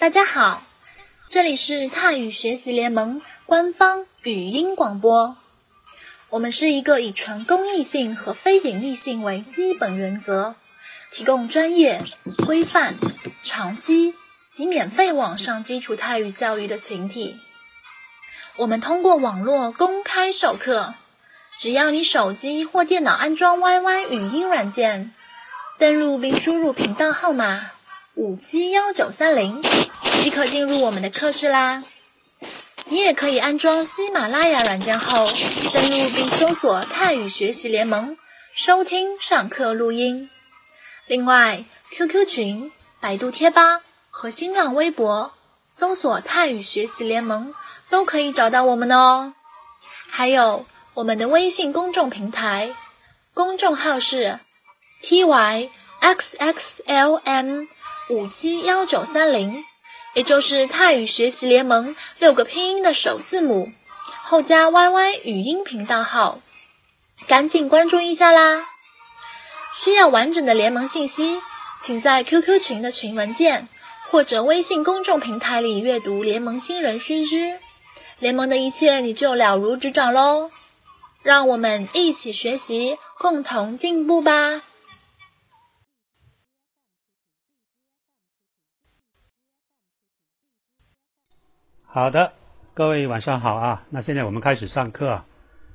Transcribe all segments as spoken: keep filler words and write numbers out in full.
大家好，这里是泰语学习联盟官方语音广播。我们是一个以纯公益性和非盈利性为基本原则，提供专业、规范、长期及免费网上基础泰语教育的群体。我们通过网络公开授课，只要你手机或电脑安装 Y Y 语音软件，登录并输入频道号码五七一九三零，即可进入我们的课室啦。你也可以安装喜马拉雅软件后，登录并搜索泰语学习联盟，收听上课录音。另外 Q Q 群、百度贴吧和新浪微博搜索泰语学习联盟都可以找到我们哦。还有我们的微信公众平台，公众号是 T Y X X L M 五七一九三零，也就是泰语学习联盟六个拼音的首字母，后加 Y Y 语音频道号，赶紧关注一下啦！需要完整的联盟信息，请在 Q Q 群的群文件或者微信公众平台里阅读联盟新人须知，联盟的一切你就了如指掌咯。让我们一起学习，共同进步吧。 好的，各位晚上好啊。那现在我们开始上课。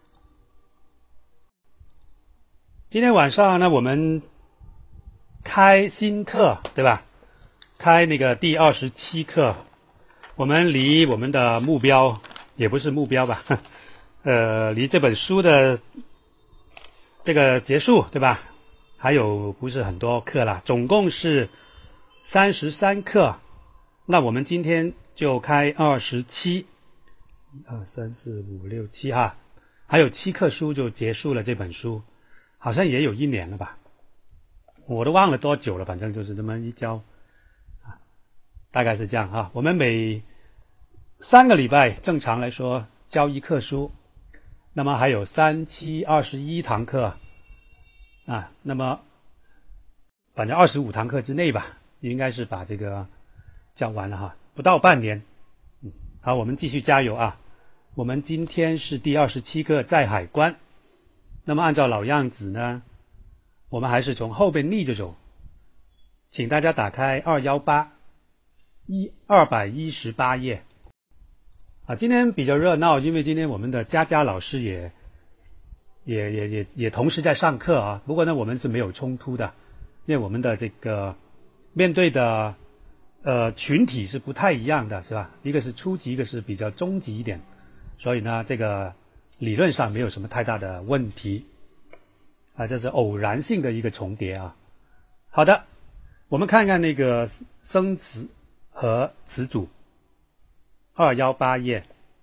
今天晚上呢，我们开新课，对吧？开那个第二十七课，我们离我们的目标也不是目标吧，呃，离这本书的这个结束，对吧？还有不是很多课啦，总共是三十三课。那我们今天就开二十七，一二三四五六七哈，还有七课书就结束了这本书，好像也有一年了吧，我都忘了多久了，反正就是这么一教，啊，大概是这样哈。我们每三个礼拜正常来说教一课书，那么还有三七二十一堂课啊，那么反正二十五堂课之内吧，应该是把这个教完了哈。不到半年，嗯，好，我们继续加油啊！我们今天是第二十七课，在海关。那么按照老样子呢，我们还是从后边逆着走，请大家打开二一八一二百一十八页啊。今天比较热闹，因为今天我们的佳佳老师也也也也也同时在上课啊。不过呢，我们是没有冲突的，因为我们的这个面对的呃，群体是不太一样的，是吧？一个是初级，一个是比较中级一点，所以呢，这个理论上没有什么太大的问题啊，这是偶然性的一个重叠啊。好的，我们看看那个生词和词组，二一八页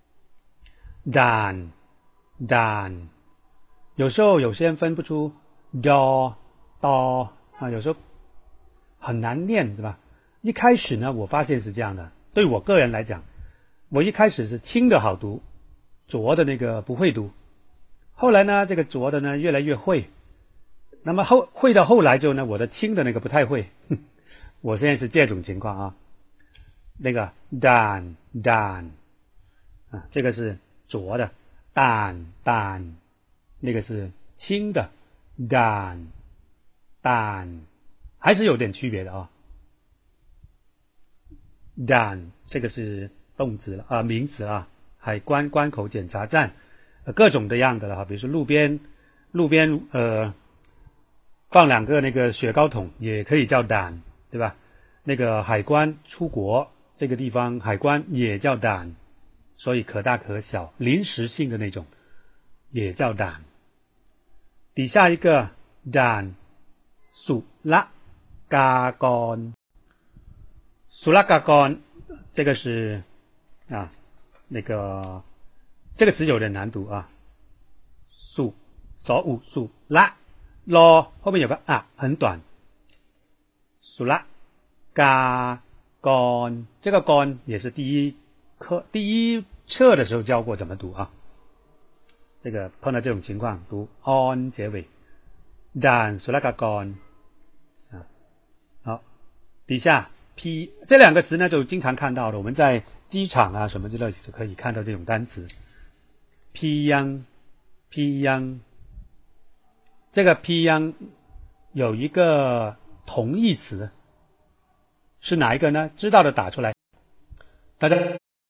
，dan dan， 有时候有些人分不出 do do 啊，有时候很难念，是吧？一开始呢，我发现是这样的，对我个人来讲，我一开始是轻的好读，浊的那个不会读，后来呢，这个浊的呢越来越会，那么后会到后来之后呢，我的轻的那个不太会，我现在是这种情况啊，那个 dan dan 啊，这个是浊的 dan dan， 那个是轻的 dan dan， 还是有点区别的啊。dan 这个是动词了啊，名词啊，海关关口检查站，呃，各种的样的了哈，比如说路边路边呃放两个那个雪糕桶也可以叫 dan， 对吧？那个海关出国这个地方海关也叫 dan， 所以可大可小，临时性的那种也叫 dan。底下一个 dan สุรกากรสุรกากร，这个是啊，那个这个词有点难读啊。สุ所五สุรร后面有个啊，很短。สุรกากร，这个กร也是第一课第一册的时候教过怎么读啊。这个碰到这种情况，读 on 结尾 ，dan สุรกากร啊。好，底下 P 这两个词呢，就经常看到的，我们在机场啊什么之类就可以看到这种单词。P 央 P 央，这个 P 央有一个同义词，是哪一个呢？知道的打出来。大家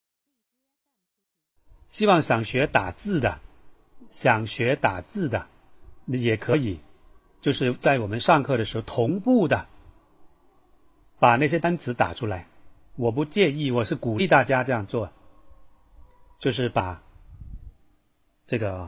希望想学打字的，想学打字的，也可以，就是在我们上课的时候同步的把那些单词打出来。我不介意，我是鼓励大家这样做，就是把这个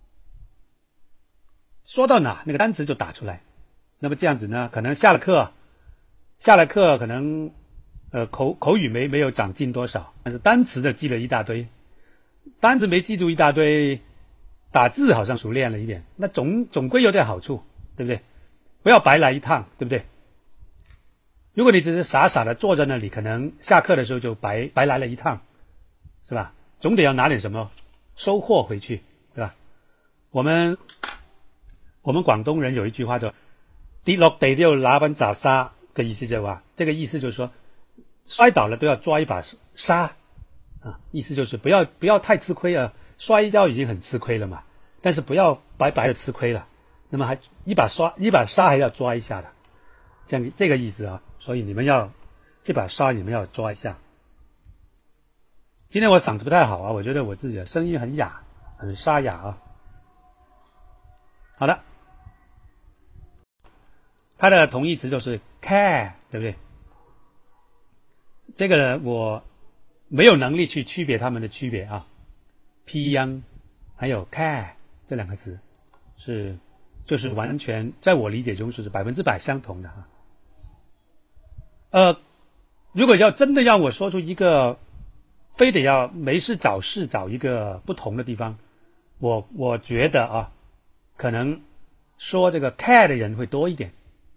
说到哪那个单词就打出来。那么这样子呢，可能下了课，下了课可能呃口口语没没有长进多少，但是单词的记了一大堆，单词没记住一大堆，打字好像熟练了一点，那总总归有点好处，对不对？不要白来一趟，对不对？如果你只是傻傻的坐在那里，可能下课的时候就白白来了一趟，是吧？总得要拿点什么收获回去，对吧？我们我们广东人有一句话叫跌落地都要拿翻扎沙的意思，就话这个意思就是说摔倒了都要抓一把沙啊，意思就是不要不要太吃亏啊，摔一跤已经很吃亏了嘛，但是不要白白的吃亏了，那么还一把刷一把沙还要抓一下的，这样这个意思啊，所以你们要这把沙你们要抓一下。今天我嗓子不太好啊，我觉得我自己的声音很哑，很沙哑啊。好的，它的同义词就是 care， 对不对？这个呢，我没有能力去区别它们的区别啊。P 央还有 care 这两个词是就是完全在我理解中是百分之百相同的啊。呃，如果要真的让我说出一个，非得要没事找事找一个不同的地方，我我觉得啊，可能说这个 care 的人会多一点。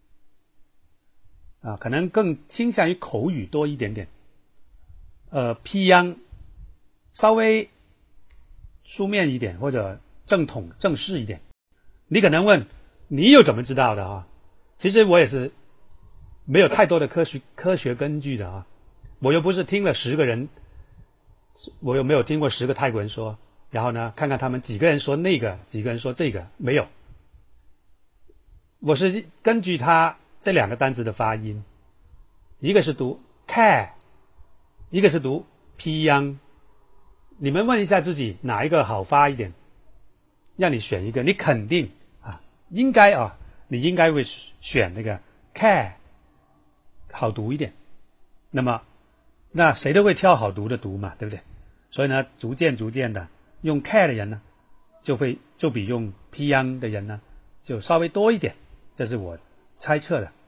啊，可能更倾向于口语多一点点。呃 ，P 央稍微书面一点或者正统正式一点。你可能问，你又怎么知道的啊？其实我也是没有太多的科学科学根据的啊。我又不是听了十个人，我又没有听过十个泰国人说，然后呢，看看他们几个人说那个，几个人说这个，没有。我是根据他这两个单词的发音，一个是读 care， 一个是读 P 央。你们问一下自己哪一个好发一点，让你选一个，你肯定啊，应该啊，你应该会选那个 care， 好读一点。那么，那谁都会挑好读的读嘛，对不对？所以呢，逐渐逐渐的，用 care 的人呢，就会就比用 P 央的人呢，就稍微多一点，这是我猜测的。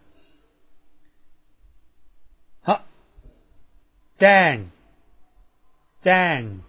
好，แจ้งแจ้ง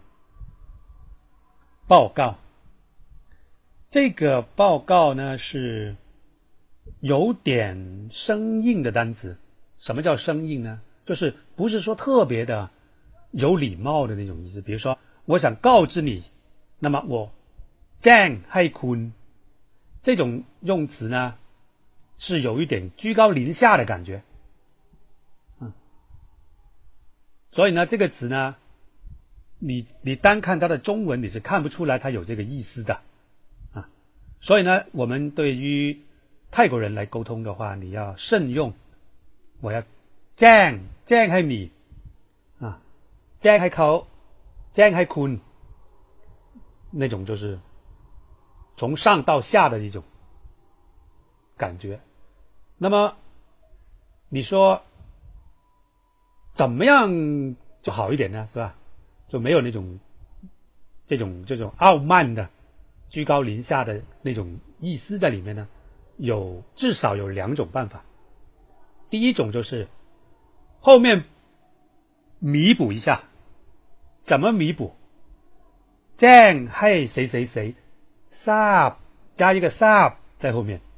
报告。这个报告呢是有点生硬的单词。什么叫生硬呢？就是不是说特别的有礼貌的那种意思。比如说，我想告知你，那么我แจ้งให้คุณ这种用词呢，是有一点居高临下的感觉。嗯，所以呢，这个词呢，你你单看它的中文，你是看不出来它有这个意思的啊。所以呢，我们对于泰国人来沟通的话，你要慎用。我要แจ้งแจ้งให้你啊，แจ้งให้เขาแจ้งให้คุณ那种就是从上到下的一种感觉。那么你说怎么样就好一点呢？是吧？就没有那种这种这种傲慢的居高临下的那种意思在里面呢？有至少有两种办法。第一种就是后面弥补一下。怎么弥补？แจ้งให้谁谁谁ทราบ加一个ทราบ在后面，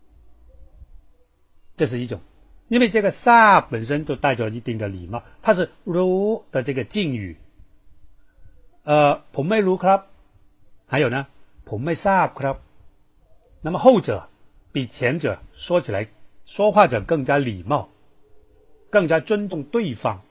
这是一种。因为这个ทราบ本身就带着一定的礼貌，它是รู้的这个敬语。呃ผมไม่รู้ครับ还有呢ผมไม่ทราบครับ。那么后者比前者说起来说话者更加礼貌， 更加尊重对方。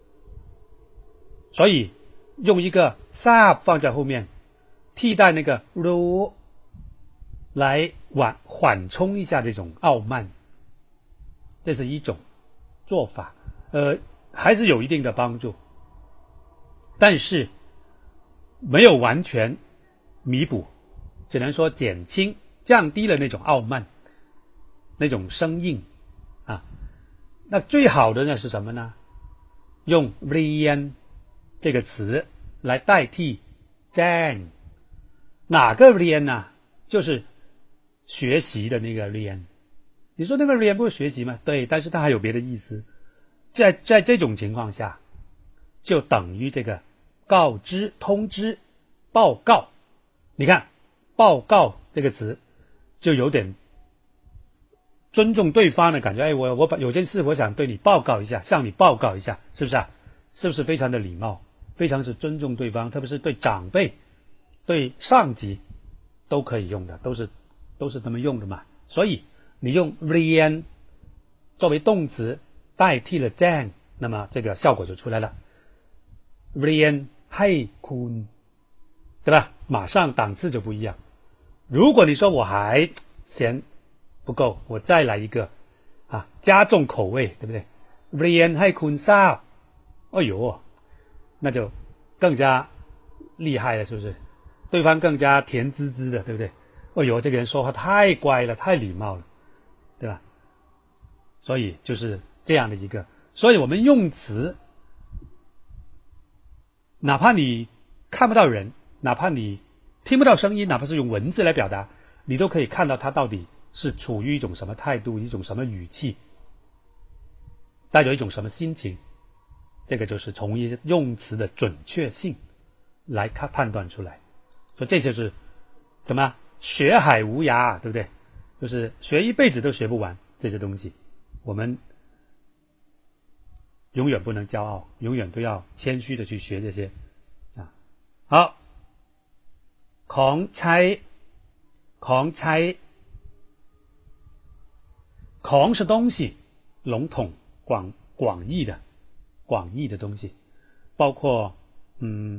所以用一个 sub 放在后面，替代那个 ru 来缓缓冲一下这种傲慢，这是一种做法，呃，还是有一定的帮助，但是没有完全弥补，只能说减轻、降低了那种傲慢，那种生硬啊。那最好的呢是什么呢？用 vrian 这个词来代替 zan。哪个 vrian 呢？就是学习的那个 vrian。你说那个 vrian 不是学习吗？对，但是它还有别的意思。在在这种情况下，就等于这个告知、通知、报告。你看，报告这个词就有点尊重对方的感觉。哎，我我把有件事我想对你报告一下，向你报告一下，是不是啊？是不是非常的礼貌，非常是尊重对方，特别是对长辈、对上级都可以用的，都是都是他们用的嘛。所以你用 vrian 作为动词代替了 zan， 那么这个效果就出来了。vrian hai kun， 对吧？马上档次就不一样。如果你说我还嫌不够，我再来一个啊，加重口味，对不对 ？vrian hai kun sao， 哎呦，那就更加厉害了，是不是？对方更加甜滋滋的，对不对？哎呦，这个人说话太乖了，太礼貌了，对吧？所以就是这样的一个，所以我们用词，哪怕你看不到人，哪怕你听不到声音，哪怕是用文字来表达，你都可以看到他到底是处于一种什么态度，一种什么语气，带有一种什么心情。这个就是从一些用词的准确性来看判断出来。所以这就是什么学海无涯，对不对？就是学一辈子都学不完这些东西，我们永远不能骄傲，永远都要谦虚的去学这些啊。好，ของใช้ของใช้ของ是东西，笼统广广义的广义的东西，包括嗯。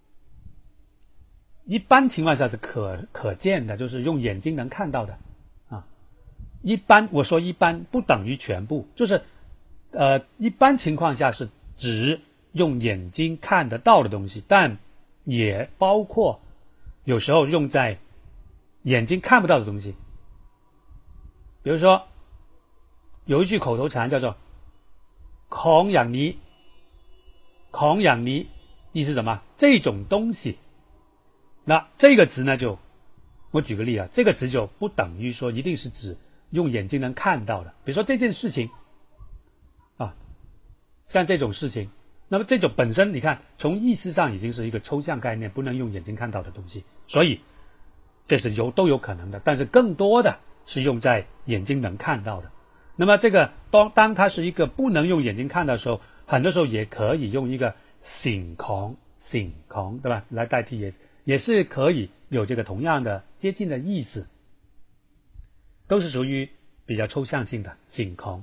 一般情况下是可可见的，就是用眼睛能看到的啊。一般我说一般不等于全部，就是呃一般情况下是指用眼睛看得到的东西，但也包括有时候用在眼睛看不到的东西。比如说有一句口头禅叫做ของอย่างนี้ของอย่างนี้，意思什么？这种东西。那这个词呢，就我举个例啊，这个词就不等于说一定是指用眼睛能看到的。比如说这件事情啊，像这种事情，那么这种本身你看从意思上已经是一个抽象概念，不能用眼睛看到的东西，所以这是有都有可能的，但是更多的是用在眼睛能看到的。那么这个当当它是一个不能用眼睛看到的时候，很多时候也可以用一个สิ่ของสิ่ของ，对吧？来代替也。也是可以有这个同样的接近的意思，都是属于比较抽象性的สิ่ของ。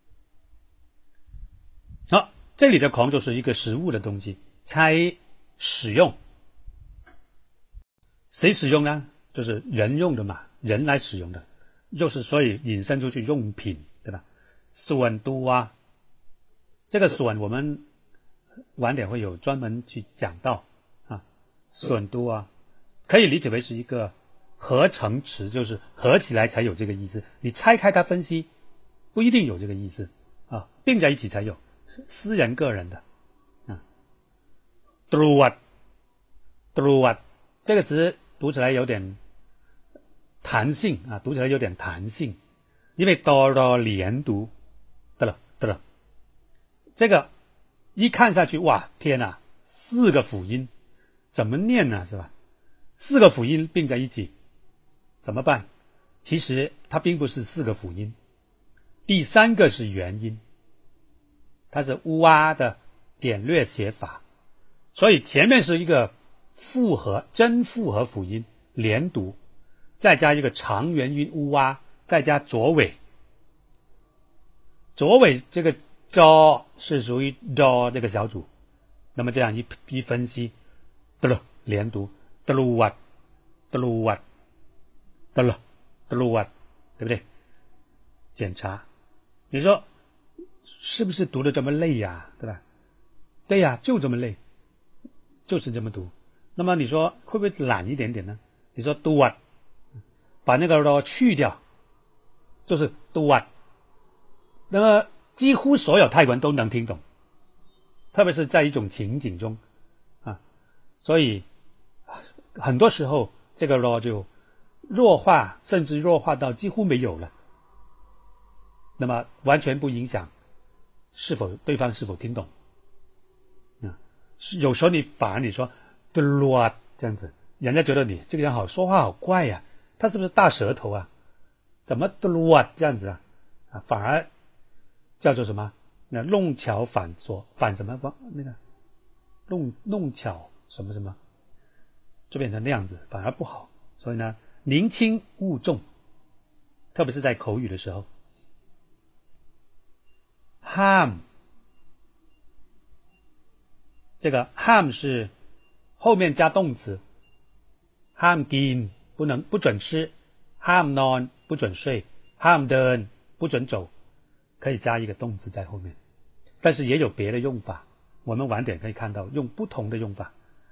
好，这里的ของ就是一个实物的东西，才使用。谁使用呢？就是人用的嘛，人来使用的，就是所以引申出去用品，对吧？ส่วนตัว啊，这个ส่วน我们晚点会有专门去讲到。ส่วนตัว啊，可以理解为是一个合成词，就是合起来才有这个意思。你拆开它分析，不一定有这个意思啊，并在一起才有，私人个人的啊。ตรวจตรวจ这个词读起来有点弹性啊，读起来有点弹性，因为多多连读，得了得了，这个一看下去，哇，天哪，四个辅音。怎么念呢？是吧？四个辅音并在一起怎么办？其实它并不是四个辅音，第三个是元音，它是乌啊的简略写法，所以前面是一个复合真复合辅音连读，再加一个长元音乌啊，再加左尾，左尾这个 ，zho 是属于 do 这个小组。那么这样一一分析，得了连读，得了哇，得了哇，得了得了哇，对不对？检查，你说是不是读的这么累呀、啊？对吧？对呀、啊，就这么累，就是这么读。那么你说会不会懒一点点呢？你说读啊，把那个 ro 去掉，就是读啊。那么几乎所有泰国人都能听懂，特别是在一种情景中啊，所以很多时候这个 ro 就弱化，甚至弱化到几乎没有了。那么完全不影响是否对方是否听懂啊？有时候你反而你说的乱这样子，人家觉得你这个人好说话好怪呀、啊，他是不是大舌头啊？怎么的乱这样子啊？啊，反而叫做什么？那弄巧反拙，反什么？那个弄弄巧什么什么，就变成那样子，反而不好。所以呢，宁轻勿重，特别是在口语的时候。ham 这个 ham 是后面加动词 ham gin 不能不准吃 ham non 不准睡 ham dern 不准走，可以加一个动词在后面，但是也有别的用法，我们晚点可以看到用不同的用法。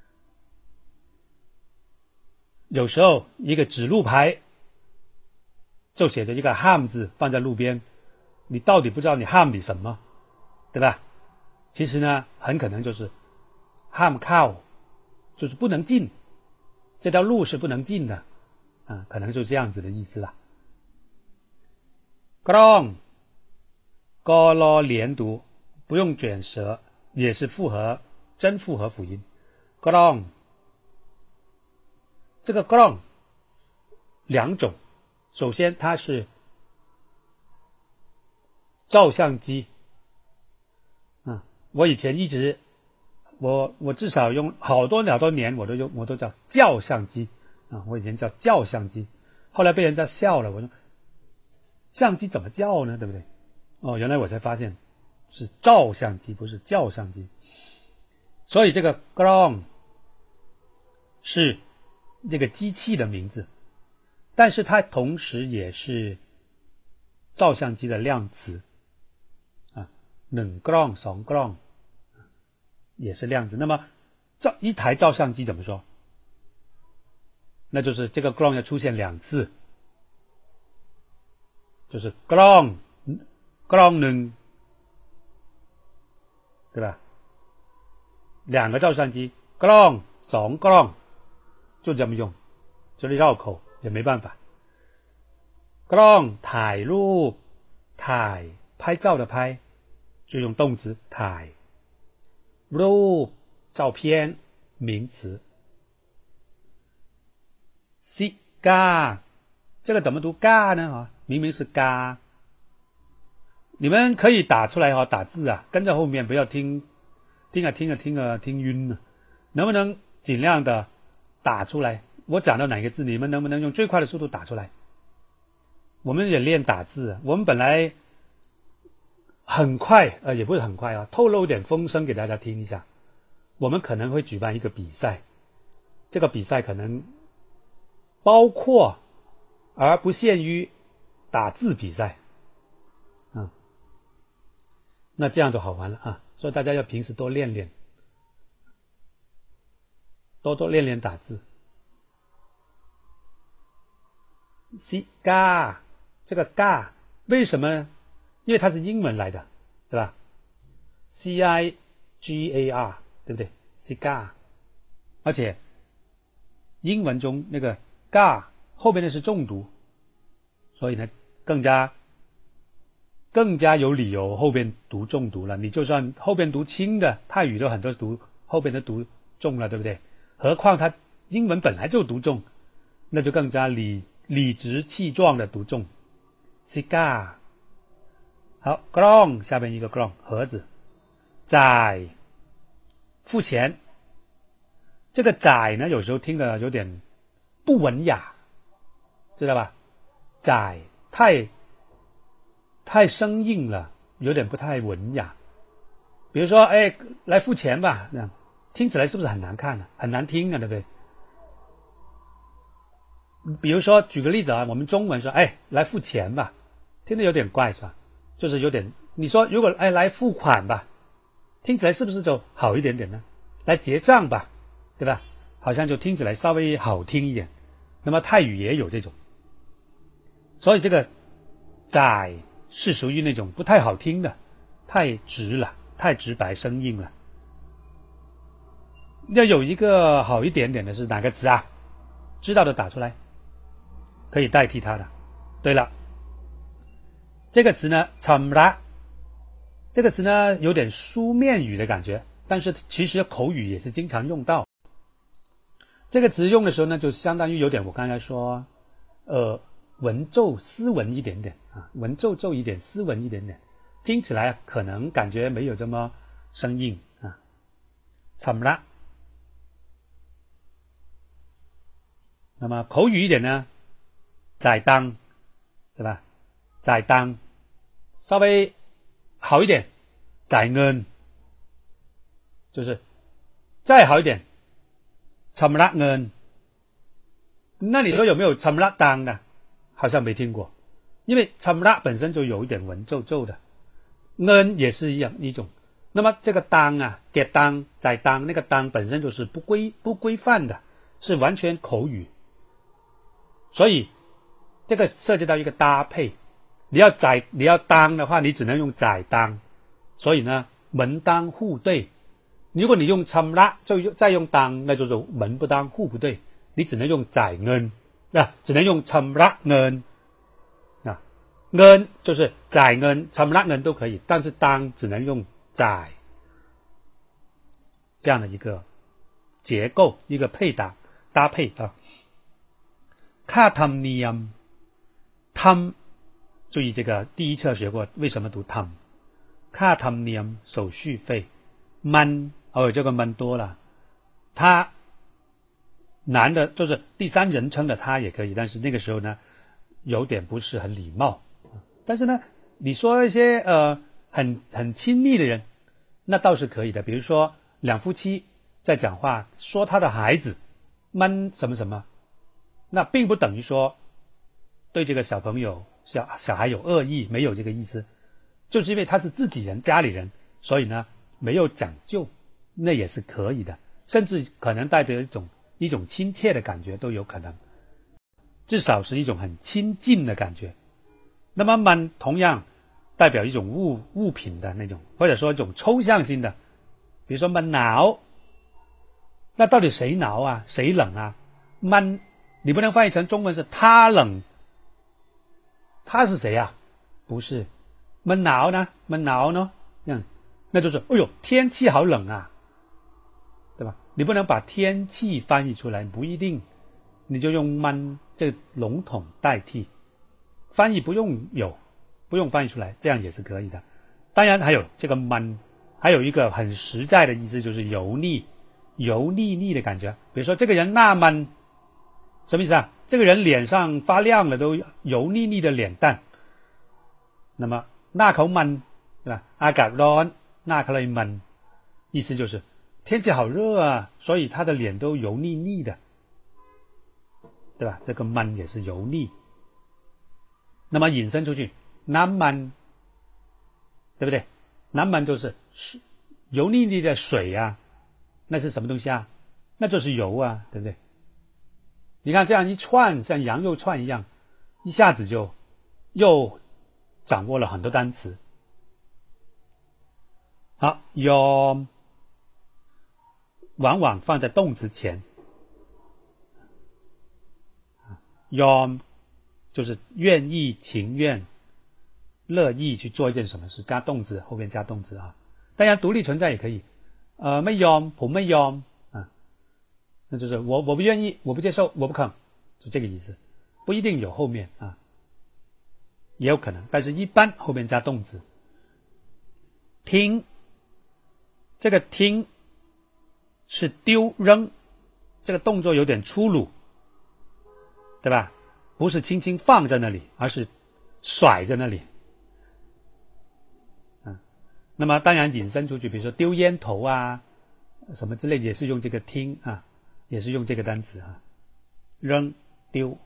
有时候一个指路牌就写着一个 ham 字放在路边，你到底不知道你 ham 你什么，对吧？其实呢，很可能就是 ham cow， 就是不能进，这条路是不能进的啊，可能就这样子的意思啦。grong 高咯连读，不用卷舌，也是复合真复合辅音。grong 这个 grong 两种，首先它是照相机啊，我以前一直我我至少用好多好多年我都用我都叫叫相机啊，我以前叫叫相机，后来被人家笑了，我说相机怎么叫呢，对不对？哦，原来我才发现是照相机，不是叫相机。所以这个 grong 是这个机器的名字，但是它同时也是照相机的量词啊，冷 grong 双 grong 也是量词。那么照一台照相机怎么说？那就是这个 grong 要出现两次，就是 grong grong 冷，对吧？两个照相机 grong 双 grong 就这么用，就是绕口也没办法。grong ถ่ายรูปถ่าย拍照的拍就用动词ถ่ายรูป照片名词。西嘎这个怎么读嘎呢？啊，明明是嘎，你们可以打出来哈，打字啊，跟着后面不要听听啊听啊听啊听晕了，能不能尽量的打出来？我讲到哪个字，你们能不能用最快的速度打出来？我们也练打字，我们本来很快，呃，也不是很快啊，透露一点风声给大家听一下。我们可能会举办一个比赛，这个比赛可能包括而不限于打字比赛，啊，那这样就好玩了啊！所以大家要平时多练练，多多练练打字。西嘎，这个嘎为什么？因为它是英文来的，对吧 ？C I G A R， 对不对 ？cigar， 而且英文中那个 gar 后边的是重读，所以呢更加更加有理由后边读重读了。你就算后边读轻的泰语都很多读后边都读重了，对不对？何况它英文本来就读重，那就更加理理直气壮的读重。cigar。好 grong 下边一个 grong 盒子，จ่付钱，这个จ่呢有时候听的有点不文雅，知道吧？จ่太太生硬了， 有点不太文雅。比如说，哎，来付钱吧，这样听起来是不是很难看呢、啊？很难听啊，对不对？比如说，举个例子啊，我们中文说，哎，来付钱吧，听着有点怪，是吧？就是有点，你说如果哎来付款吧，听起来是不是就好一点点呢？来结账吧，对吧？好像就听起来稍微好听一点。那么泰语也有这种，所以这个在是属于那种不太好听的，太直了，太直白生硬了。要有一个好一点点的是哪个词啊？知道的打出来，可以代替它的。对了，这个词呢 ，chamra， 这个词呢有点书面语的感觉，但是其实口语也是经常用到。这个词用的时候呢，就相当于有点我刚才说，呃，文绉斯文一点点啊，文绉绉一点，斯文一点点，听起来可能感觉没有这么生硬啊。chamra。那么口语一点呢，在当，对吧？在当，稍微好一点，在ơn，就是再好一点，chamra ơn。那你说有没有chamra当的？好像没听过，因为chamra本身就有一点文绉绉的，ơn也是一样一种。那么这个当啊，给当在当，那个当本身就是不规不规范的，是完全口语。所以这个涉及到一个搭配，你要载你要当的话，你只能用载当，所以呢门当户对。如果你用chamra就再用当，那就是门不当户不对，你只能用载ơn，啊，只能用chamra ơn，啊ơn就是载ơn chamra ơn都可以，但是当只能用载，这样的一个结构，一个配搭搭配啊。ค่าธรรมเนียม ธรรม 注意这个第一册学过为什么读 ธรรม ค่าธรรมเนียม手续费 มัน 哦这个มัน多了，他男的就是第三人称的他也可以，但是那个时候呢有点不是很礼貌。但是呢你说一些呃很很亲密的人，那倒是可以的。比如说两夫妻在讲话，说他的孩子 มัน什么什么，那并不等于说对这个小朋友小小孩有恶意，没有这个意思，就是因为他是自己人家里人，所以呢没有讲究，那也是可以的，甚至可能代表一种一种亲切的感觉都有可能，至少是一种很亲近的感觉。那么มัน同样代表一种物物品的那种，或者说一种抽象性的，比如说มันหนาว，那到底谁หนาว啊，谁冷啊？มัน你不能翻译成中文是他冷，他是谁啊？不是，มันหนาว呢？มันหนาว呢？嗯，那就是哎呦，天气好冷啊，对吧？你不能把天气翻译出来，不一定，你就用มัน这个笼统代替，翻译不用有，不用翻译出来，这样也是可以的。当然还有这个มัน，还有一个很实在的意思，就是油腻、油腻腻的感觉。比如说这个人หน้ามัน。什么意思啊？这个人脸上发亮了，都油腻腻的脸蛋。那么หน้าเขามัน，对吧？อากาศร้อนหน้าเขาเลยมัน，意思就是天气好热啊，所以他的脸都油腻腻的，对吧？这个มัน也是油腻。那么引申出去，น้ำมัน，对不对？น้ำมัน就是油腻腻的水啊，那是什么东西啊？那就是油啊，对不对？你看这样一串，像羊肉串一样，一下子就又掌握了很多单词。好，ยอม往往放在动词前，ยอม就是愿意、情愿、乐意去做一件什么事，加动词后面加动词啊。当然独立存在也可以，呃，ไม่ยอมผมไม่ยอม啊，那就是我我不愿意，我不接受，我不肯，就这个意思，不一定有后面啊，也有可能，但是一般后面加动词。听，这个听是丢扔，这个动作有点粗鲁，对吧？不是轻轻放在那里，而是甩在那里那么当然引申出去，比如说丢烟头啊，什么之类，也是用这个听啊，也是用这个单词啊，扔丢。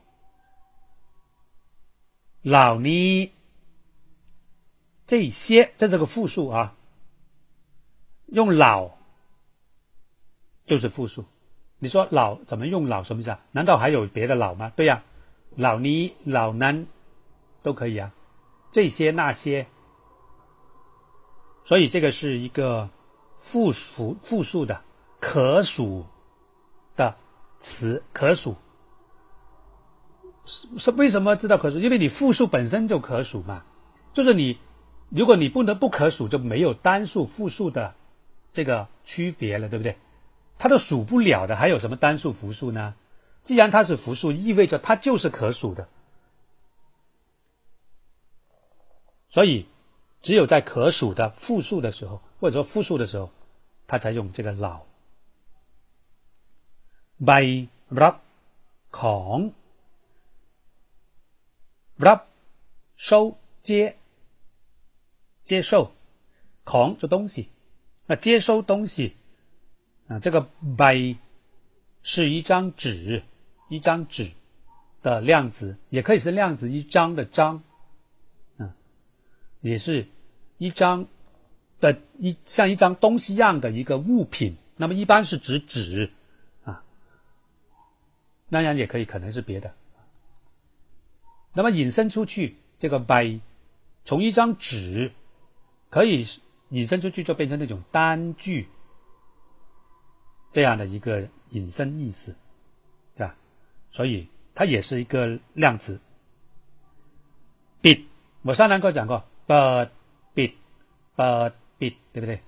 老呢，这些，这是个复数啊，用老就是复数。你说老怎么用老？什么意思啊？难道还有别的老吗？对呀、啊，老呢、老นั้น都可以啊。这些那些，所以这个是一个复数复数的可数的词，可数。是为什么知道可数？因为你复数本身就可数嘛，就是你如果你不能不可数，就没有单数复数的这个区别了，对不对？它都数不了的，还有什么单数复数呢？既然它是复数，意味着它就是可数的，所以只有在可数的复数的时候，或者说复数的时候，它才用这个老。ใบรับของรับ收接接受ของ就东西，那接收东西啊，这个ใบ是一张纸，一张纸的量词，也可以是量词一张的张，啊，也是一张的一像一张东西一样的一个物品，那么一般是指纸啊，当然也可以可能是别的。那么引申出去，这个ใบ从一张纸可以引申出去，就变成那种单句这样的一个引申意思，对吧？所以它也是一个量词。ปิด我上堂课讲过，เปิดปิดเปิดปิด，对不对？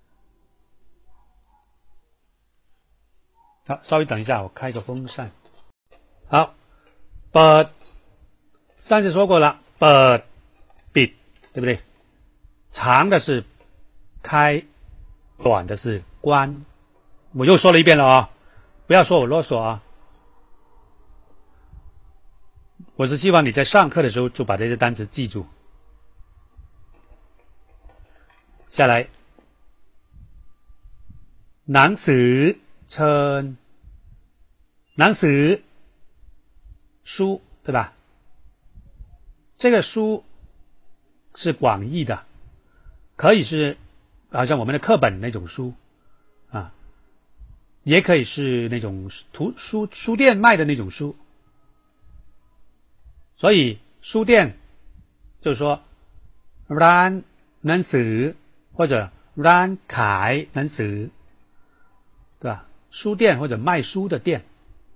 好，稍微等一下，我开个风扇。好，เปิด上次说过了，เปิดปิด，对不对？长的是开，短的是关。我又说了一遍了啊，不要说我啰嗦啊。我是希望你在上课的时候就把这些单词记住。下来，หนังสือเชิญหนังสือ书，对吧？这个书是广义的，可以是好像我们的课本那种书啊，也可以是那种图书书店卖的那种书。所以书店就是说ร้านหนังสือ或者ร้านขายหนังสือ，对吧？书店或者卖书的店。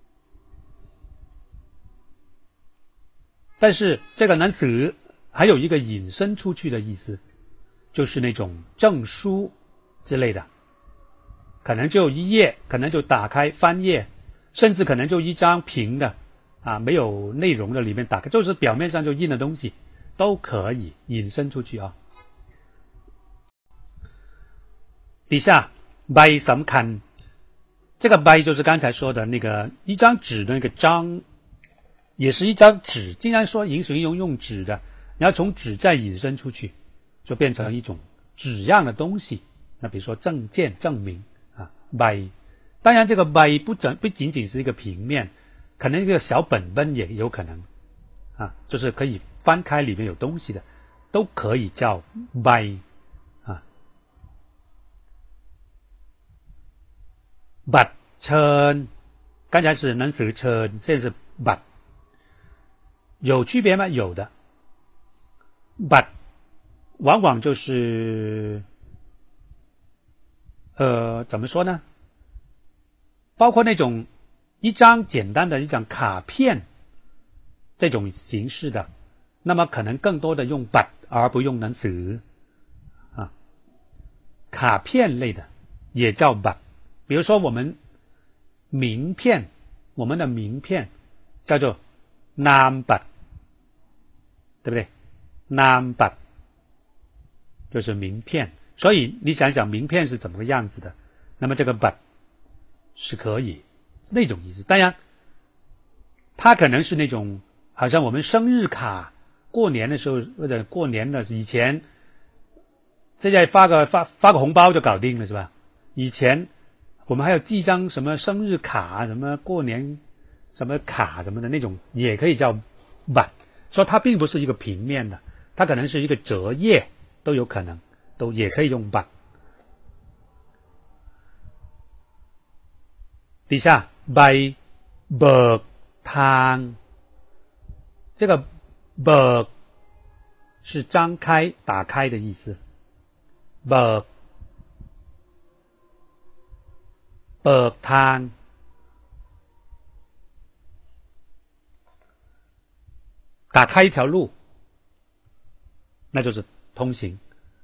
但是这个หนังสือ还有一个引申出去的意思，就是那种证书之类的，可能就一页，可能就打开翻页，甚至可能就一张平的啊，没有内容的里面打开，就是表面上就印的东西，都可以引申出去啊。底下ใบสำคัญ，这个ใบ就是刚才说的那个一张纸的那个章，也是一张纸。既然说引形容用纸的，你要从纸再引申出去，就变成一种纸样的东西。那比如说证件、证明啊，ใบ。当然，这个ใบ不整不仅仅是一个平面，可能一个小本本也有可能啊，就是可以翻开里面有东西的，都可以叫ใบ啊。บัตรเชิญ，刚才是หนังสือเชิญ，现在是บัตร，有区别吗？有的。บัตร往往就是呃怎么说呢？包括那种一张简单的一张卡片这种形式的，那么可能更多的用บัตร而不用หนังสือ啊。卡片类的也叫บัตร，比如说我们名片，我们的名片叫做นามบัตร，对不对？นามบัตร就是名片，所以你想想名片是怎么个样子的，那么这个บัตร是可以是那种意思。当然它可能是那种好像我们生日卡，过年的时候或者过年的以前现在发个发发个红包就搞定了是吧？以前我们还有寄张什么生日卡、什么过年什么卡什么的那种，也可以叫版，说它並不是一個平面的，它可能是一個折頁，都有可能，都也可以用版。底下ใบเบิกทาง，这个เบิก是张开、打开的意思。เบิกเบิกทาง打开一条路，那就是通行。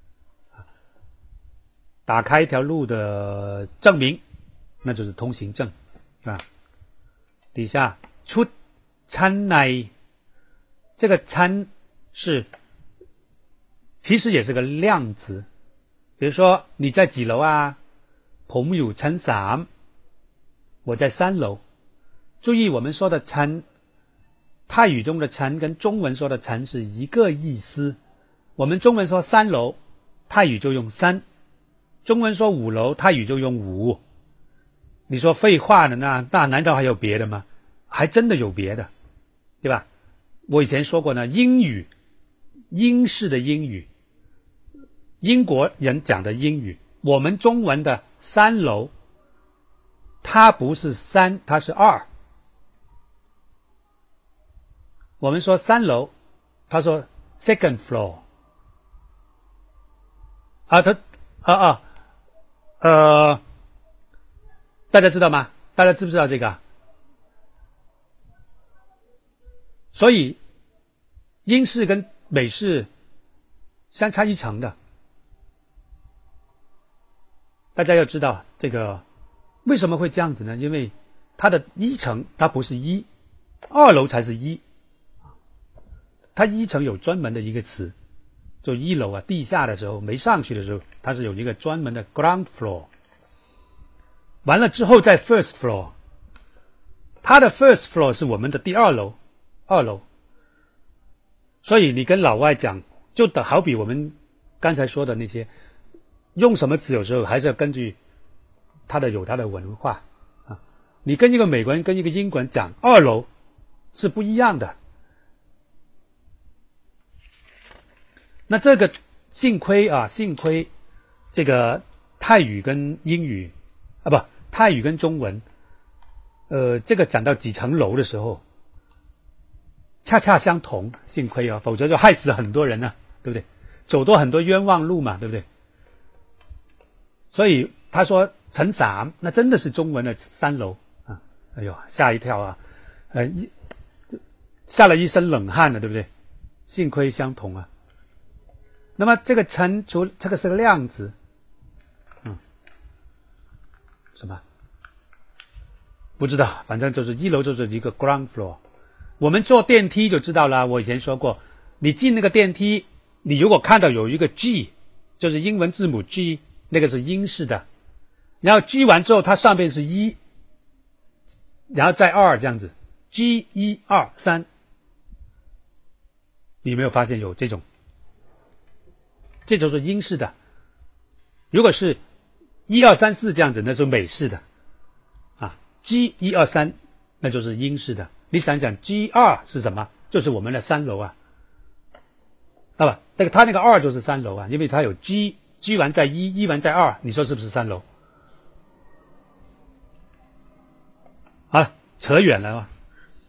打开一条路的证明，那就是通行证，是吧？底下出ชั้นใน，这个ชั้น是其实也是个量词，比如说你在几楼啊？ผมอยู่ชั้นสาม，我在三楼。注意我们说的ชั้น，泰语中的ชั้น跟中文说的ชั้น是一个意思。我们中文说三楼，泰语就用三；中文说五楼，泰语就用五。你说废话的，那那难道还有别的吗？还真的有别的，对吧？我以前说过呢，英语，英式的英语，英国人讲的英语，我们中文的三楼，它不是三，它是二。我们说三楼，他说 second floor， 啊，他啊啊，呃，大家知道吗？大家知不知道这个？所以英式跟美式相差一层的，大家要知道这个为什么会这样子呢？因为它的一层它不是一，二楼才是一。它一层有专门的一个词，就一楼啊，地下的时候没上去的时候，它是有一个专门的 ground floor。完了之后在 first floor， 它的 first floor 是我们的第二楼，二楼。所以你跟老外讲，就好比我们刚才说的那些，用什么词有时候还是要根据它的有它的文化啊。你跟一个美国人跟一个英国人讲二楼是不一样的。那这个幸亏啊，幸亏这个泰语跟英语啊，不，泰语跟中文，呃，这个讲到几层楼的时候，恰恰相同，幸亏啊，否则就害死很多人啊，对不对？走多很多冤枉路嘛，对不对？所以他说层三，那真的是中文的三楼啊！哎呦，吓一跳啊，呃，一吓了一身冷汗了，对不对？幸亏相同啊。那么这个层除这个是个量词，嗯，什么？不知道，反正就是一楼就是一个 ground floor。我们坐电梯就知道了，我以前说过，你进那个电梯，你如果看到有一个 G， 就是英文字母 G， 那个是英式的，然后 G 完之后它上面是一，然后再二这样子 ，G 一二三，你有没有发现有这种？这就是英式的。如果是一二三四这样子，那是美式的啊。G 一二三，那就是英式的。你想想 G 二是什么？就是我们的三楼啊。啊不，这个它那个二就是三楼啊，因为它有 G G 完再一，一完再二，你说是不是三楼？好了，扯远了啊。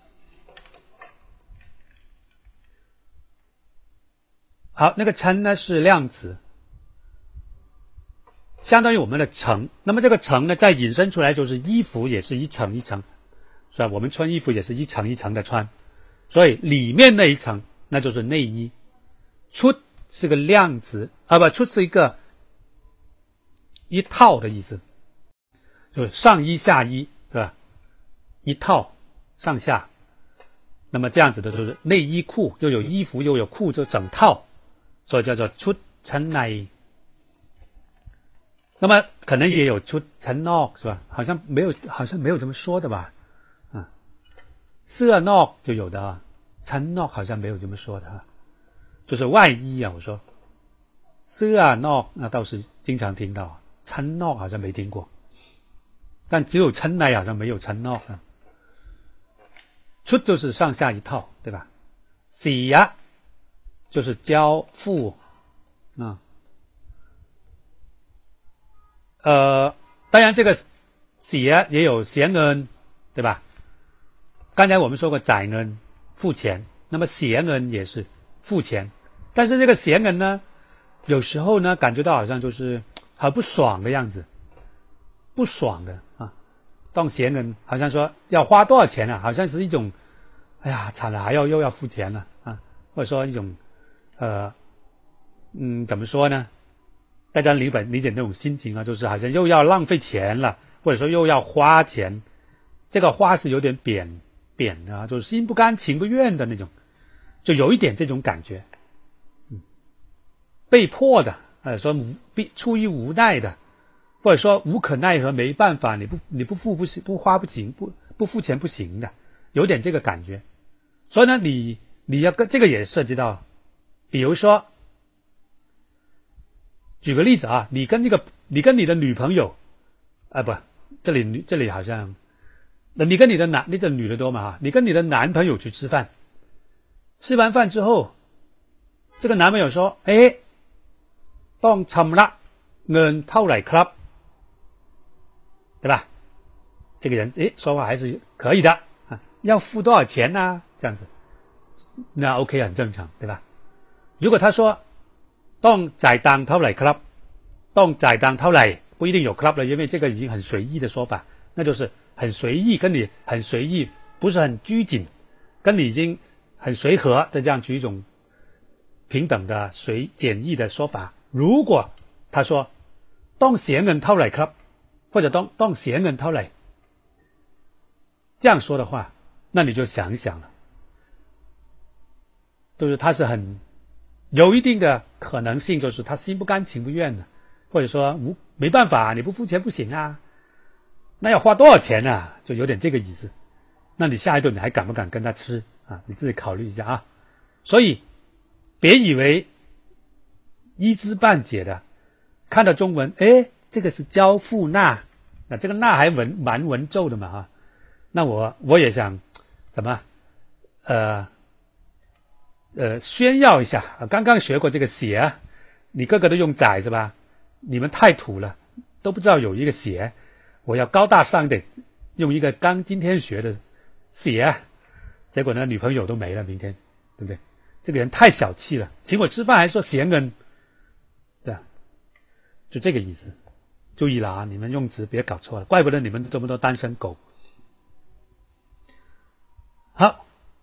好，那个ชั้น呢是量词，相当于我们的层。那么这个层呢，再引申出来就是衣服也是一层一层，是吧？我们穿衣服也是一层一层的穿，所以里面那一层那就是内衣。出是个量词啊，不，出是一个一套的意思，就是上衣下衣，是吧？一套上下，那么这样子的就是内衣裤，又有衣服又有裤，就整套。所以叫做出ชั้นใน。那么可能也有出ชั้นนอก，是吧？好像没有，好像没有这么说的吧？啊，เสื้อนอก就有的啊，ชั้นนอก好像没有这么说的啊，就是外衣啊。我说เสื้อนอก那倒是经常听到，衬นอก好像没听过，但只有衬内好像没有衬นอก啊。出就是上下一套，对吧？เสีย就是交付啊。呃，当然这个เสีย也有เสียเงิน，对吧？刚才我们说过จ่ายเงิน付钱，那么เสียเงิน也是付钱，但是这个เสียเงิน呢，有时候呢感觉到好像就是很不爽的样子，不爽的啊。当เสียเงิน好像说要花多少钱啊，好像是一种，哎呀惨了，还要又要付钱了啊，或者说一种呃嗯怎么说呢？大家理解理解那种心情啊，就是好像又要浪费钱了，或者说又要花钱，这个花是有点扁扁的啊，就是心不甘情不愿的那种，就有一点这种感觉，嗯，被迫的，呃，说无出于无奈的，或者说无可奈何，没办法，你不你不付不行，不花不行，不不付钱不行的，有点这个感觉。所以呢，你你要跟这个也涉及到，比如说。举个例子啊，你跟那个你跟你的女朋友，啊不，这里这里好像，那你跟你的男那个女的多嘛哈，你跟你的男朋友去吃饭，吃完饭之后，这个男朋友说，哎，ต้องชำระเงินเท่าไหร่ครับ，对吧？这个人哎说话还是可以的啊，要付多少钱呢、啊？这样子，那 OK 很正常，对吧？如果他说。ต้องจ่ายตังค์เท่าไหร่ครับต้องจ่ายตังค์เท่าไหร่不一定有 club 了，因为这个已经很随意的说法，那就是很随意，跟你很随意，不是很拘谨，跟你已经很随和的这样去一种平等的随简易的说法。如果他说ต้องเสียเงินเท่าไหร่ครับ或者ต้องต้องเสียเงินเท่าไหร่这样说的话，那你就想一想了，就是他是很有一定的可能性，就是他心不甘情不愿的，或者说无没办法，你不付钱不行啊，那要花多少钱啊？就有点这个意思。那你下一顿你还敢不敢跟他吃啊？你自己考虑一下啊。所以别以为一知半解的，看到中文，诶，这个是交付纳，那这个纳还文蛮文绉的嘛啊。那我我也想怎么呃。呃，炫耀一下，刚刚学过这个写，你个个都用载是吧？你们太土了，都不知道有一个写，我要高大上一点，用一个刚今天学的写，结果呢，女朋友都没了，明天，对不对？这个人太小气了，请我吃饭还说闲人，对吧？就这个意思，注意了啊，你们用词别搞错了，怪不得你们这么多单身狗。好。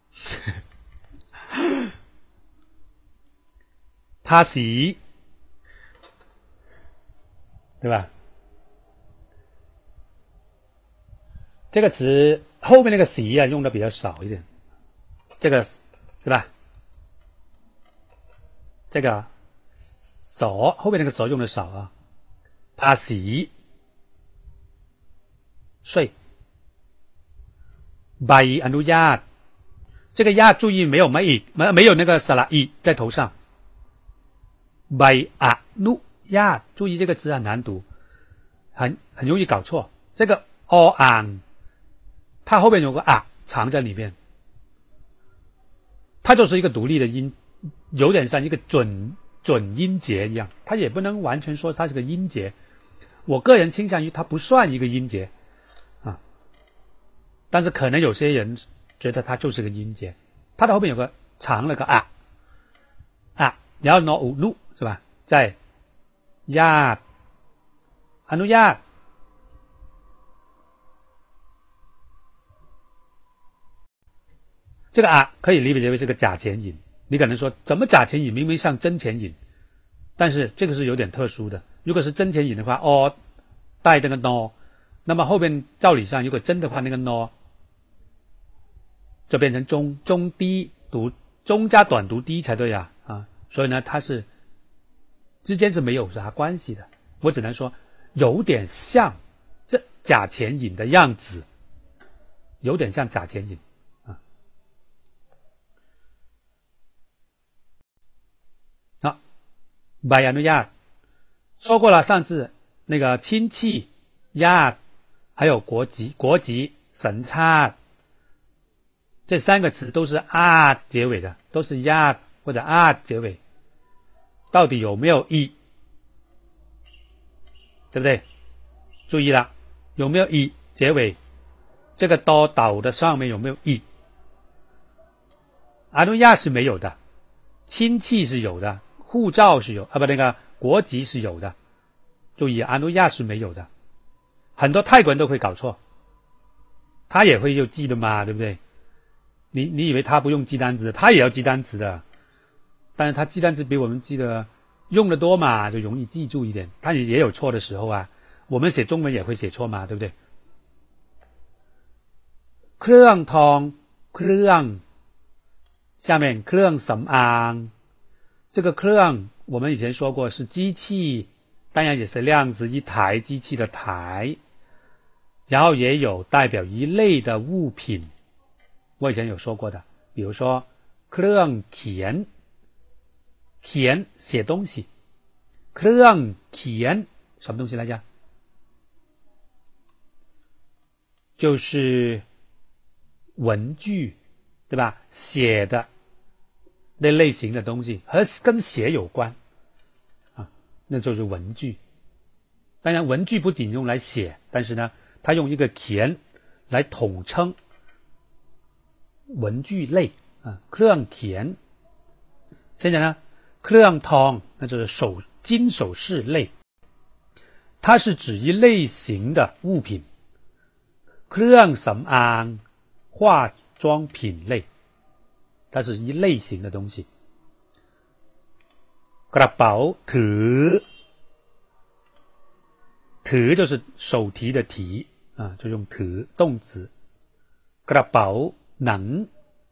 ภาษี对吧？这个词后面那个习啊用的比较少一点，这个对吧？这个手后面那个手用的少啊。ภาษี税ใบอนุญาต，这个ญาติ注意没有没没没有那个สระอี在头上。ใบอนุญาต，注意这个词很难读，很很容易搞错。这个ออ่าง它后面有个啊藏在里面，它就是一个独立的音，有点像一个准准音节一样，它也不能完全说它是个音节。我个人倾向于它不算一个音节啊，但是可能有些人觉得它就是个音节。它的后面有个藏了个啊啊，然后นออุนุ是吧？在ญาติอนุญาต这个啊可以理解为是个假前引，你可能说怎么假前引明明像真前引，但是这个是有点特殊的。如果是真前引的话，哦带这个 no， 那么后边照理上如果真的话，那个 no 就变成中中低读中加短读低才对呀 啊, 啊，所以呢它是之间是没有啥关系的，我只能说有点像这假前引的样子，有点像假前引啊。好， ใบอนุญาต说过了，上次那个亲戚、ญาติ还有国籍、国籍、神ชาติ这三个词都是啊结尾的，都是ญาติ或者啊结尾，到底有没有อี对不对？注意了，有没有อี结尾？这个多岛的上面有没有อีอนุญาต是没有的，亲戚是有的，护照是有啊，不那个国籍是有的。注意，อนุญาต是没有的。很多泰国人都会搞错，他也会用记的嘛，对不对？你你以为他不用记单词，他也要记单词的，但是他记单词比我们记的用的多嘛，就容易记住一点。他也也有错的时候啊，我们写中文也会写错嘛，对不对？เครื่องทองเครื่อง下面เครื่องสำอาง这个เครื่อง我们以前说过是机器，当然也是量词一台机器的台，然后也有代表一类的物品，我以前有说过的，比如说เครื่องเขียนเขียน写东西，เครื่องเขียน什么东西来着？就是文具，对吧？写的那类型的东西和跟写有关啊，那就是文具。当然文具不仅用来写，但是呢它用一个ขียน来统称文具类啊，เครื่องเขียน。现在呢เครื่องทอง那就是首金首饰类，它是指一类型的物品。เครื่องสำอาง化妆品类，它是一类型的东西。กระเป๋าถือถือ就是手提的提啊，就用ถือ动词。กระเป๋าหนัง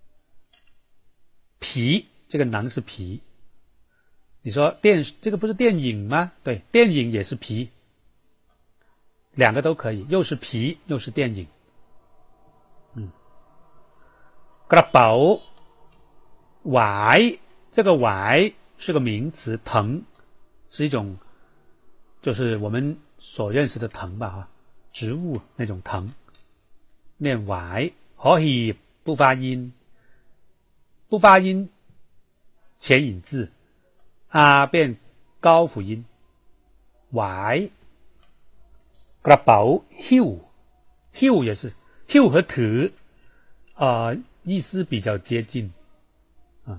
皮，这个หนัง是皮。你说电这个不是电影吗？对，电影也是皮，两个都可以，又是皮又是电影。嗯，กระเป๋าหวาย这个หวาย是个名词，藤是一种就是我们所认识的藤吧哈，植物那种藤，念หวายหอหีบ不发音，不发音前引字啊变高辅音，หวายกระเป๋าหิ้วหิ้ว也是หิ้ว和ถือ啊、呃、意思比较接近啊。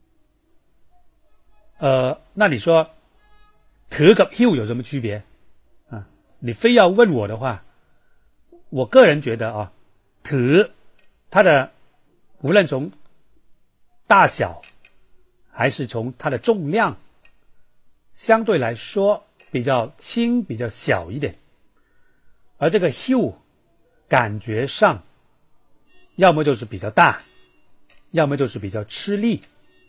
呃那你说ถือกับหิ้ว有什么区别啊？你非要问我的话，我个人觉得啊，ถือ它的无论从大小还是从它的重量，相对来说比较轻比较小一点，而这个หิ้ว感觉上要么就是比较大，要么就是比较吃力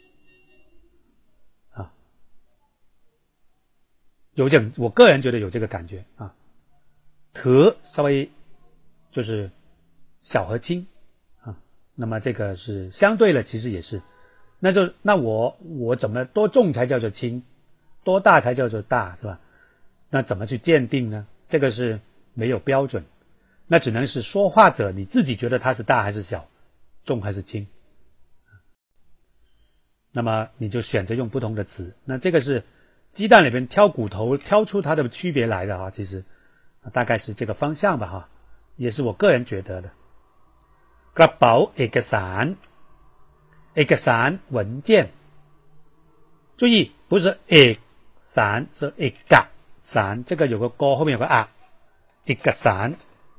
啊，有点我个人觉得有这个感觉啊。ถือ稍微就是小和轻啊，那么这个是相对了，其实也是，那就那我我怎么多重才叫做轻，多大才叫做大，是吧？那怎么去鉴定呢？这个是没有标准，那只能是说话者你自己觉得它是大还是小，重还是轻，那么你就选择用不同的词。那这个是鸡蛋里边挑骨头挑出它的区别来的啊，其实大概是这个方向吧哈，也是我个人觉得的。กระเป๋าเอกสารเอกสาร文件，注意不是เอกสาร是เอกสาร，这个有个ก后面有个啊，เอกสาร。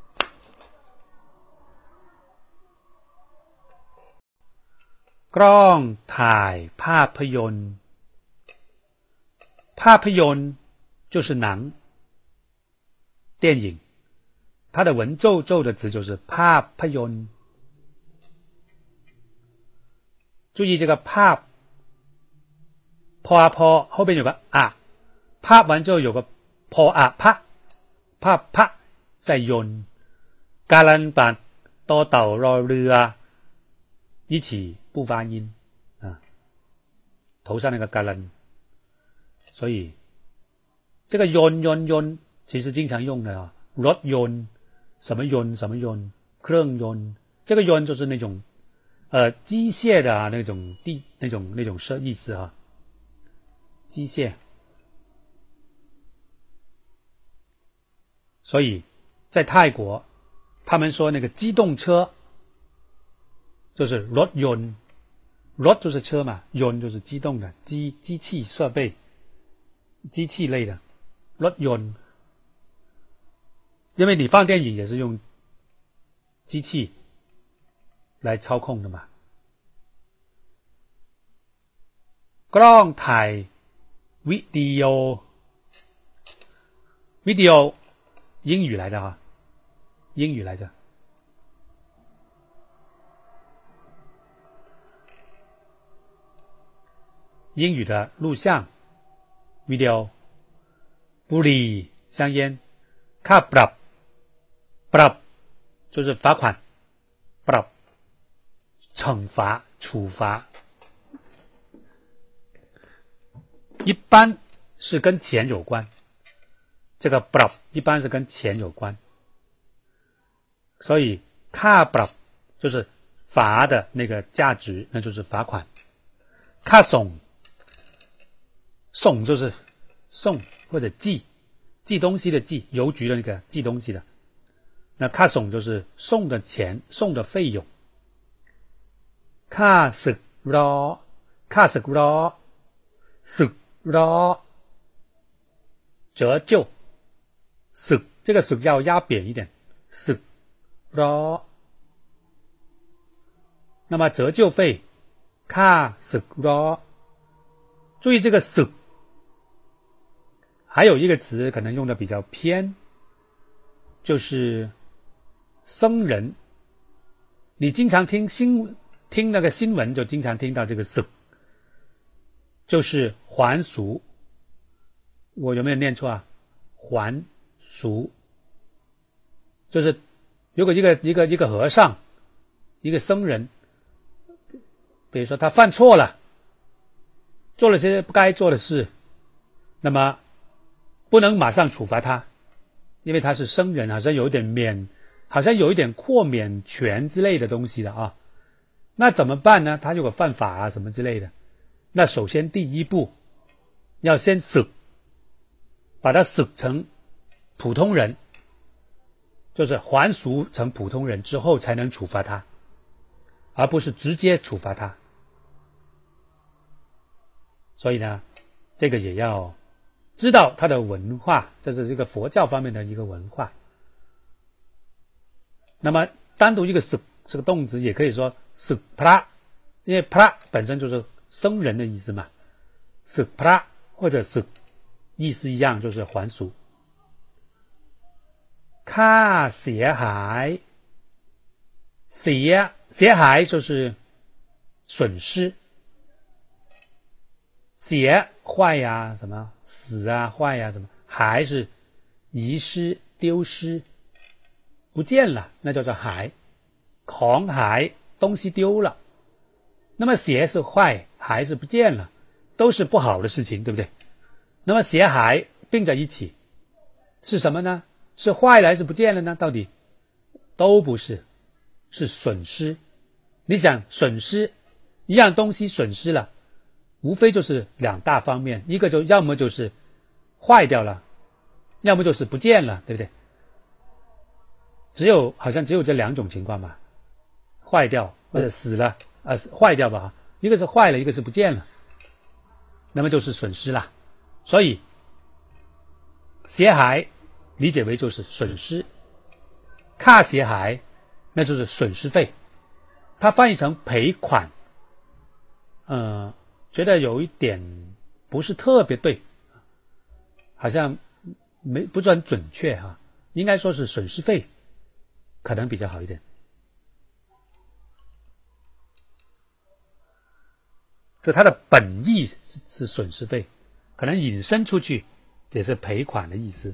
กล้องถ่ายภาพยนตร์ภาพยนตร์就是หนัง电影，它的文绉绉的词就是ภาพยนตร์。注意这个ภาพพอพอ后边有个啊，ภาพ完之后有个พอ啊พะภาพพะ在ยนต์การันตัดต่อเต่ารอเรือ一起不发音啊，头上那个การัน所以这个 yon yon yon 其实经常用的啊 ，rod yon 什么 yon 什么 yon เครื่อง yon 这个 yon 就是那种呃机械的啊那种地那种那种意思啊，机械。所以在泰国，他们说那个机动车就是 rod yon。rod 就是车嘛 yon 就是机动的机机器设备机器类的 rod yon 因为你放电影也是用机器来操控的嘛กล้องถ่ายวิดีโอ video 英语来的啊英语来的英语的录像 video บุหรี่香烟ค่าปรับปรับ就是罚款ปรับ惩罚处罚一般是跟钱有关这个 ปรับ一般是跟钱有关所以ค่าปรับ就是罚的那个价值那就是罚款ค่าส่ง送就是送或者寄寄东西的寄邮局的那个寄东西的那ค่าส่ง就是送的钱送的费用ค่าศึกรอค่าศึกรอศึกรอ折旧ศึก这个ศึก要压扁一点ศึกรอ那么折旧费ค่าศึกรอ注意这个ศึก还有一个词可能用的比较偏就是僧人你经常听新听那个新闻就经常听到这个ศึก就是还俗我有没有念错啊还俗就是如果一个一个一个和尚一个僧人比如说他犯错了做了些不该做的事那么不能马上处罚他因为他是僧人好像有一点免好像有一点豁免权之类的东西的啊那怎么办呢他如果犯法啊什么之类的那首先第一步要先ศึก把他ศึก成普通人就是还俗成普通人之后才能处罚他而不是直接处罚他所以呢这个也要知道它的文化这是这个佛教方面的一个文化那么单独一个ศึก这个动词也可以说ศึกพระ因为พระ本身就是僧人的意思嘛ศึกพระ或者ศึก意思一样就是还俗ค่าเสียหายเสียเสียหาย就是损失เสีย坏呀什么死啊坏呀什么หาย是遗失丢失不见了那叫做หายของหาย东西丢了那么เสีย是坏หาย是不见了都是不好的事情对不对那么เสียหาย并在一起是什么呢是坏了还是不见了呢到底都不是是损失你想损失一样东西损失了无非就是两大方面一个就要么就是坏掉了要么就是不见了对不对只有好像只有这两种情况吧坏掉或者死了啊坏掉吧一个是坏了一个是不见了那么就是损失了所以เสียหาย理解为就是损失ค่าเสียหาย那就是损失费它翻译成赔款呃觉得有一点不是特别对好像没不是很准确哈、啊、应该说是损失费可能比较好一点就它的本意是是损失费可能引申出去也是赔款的意思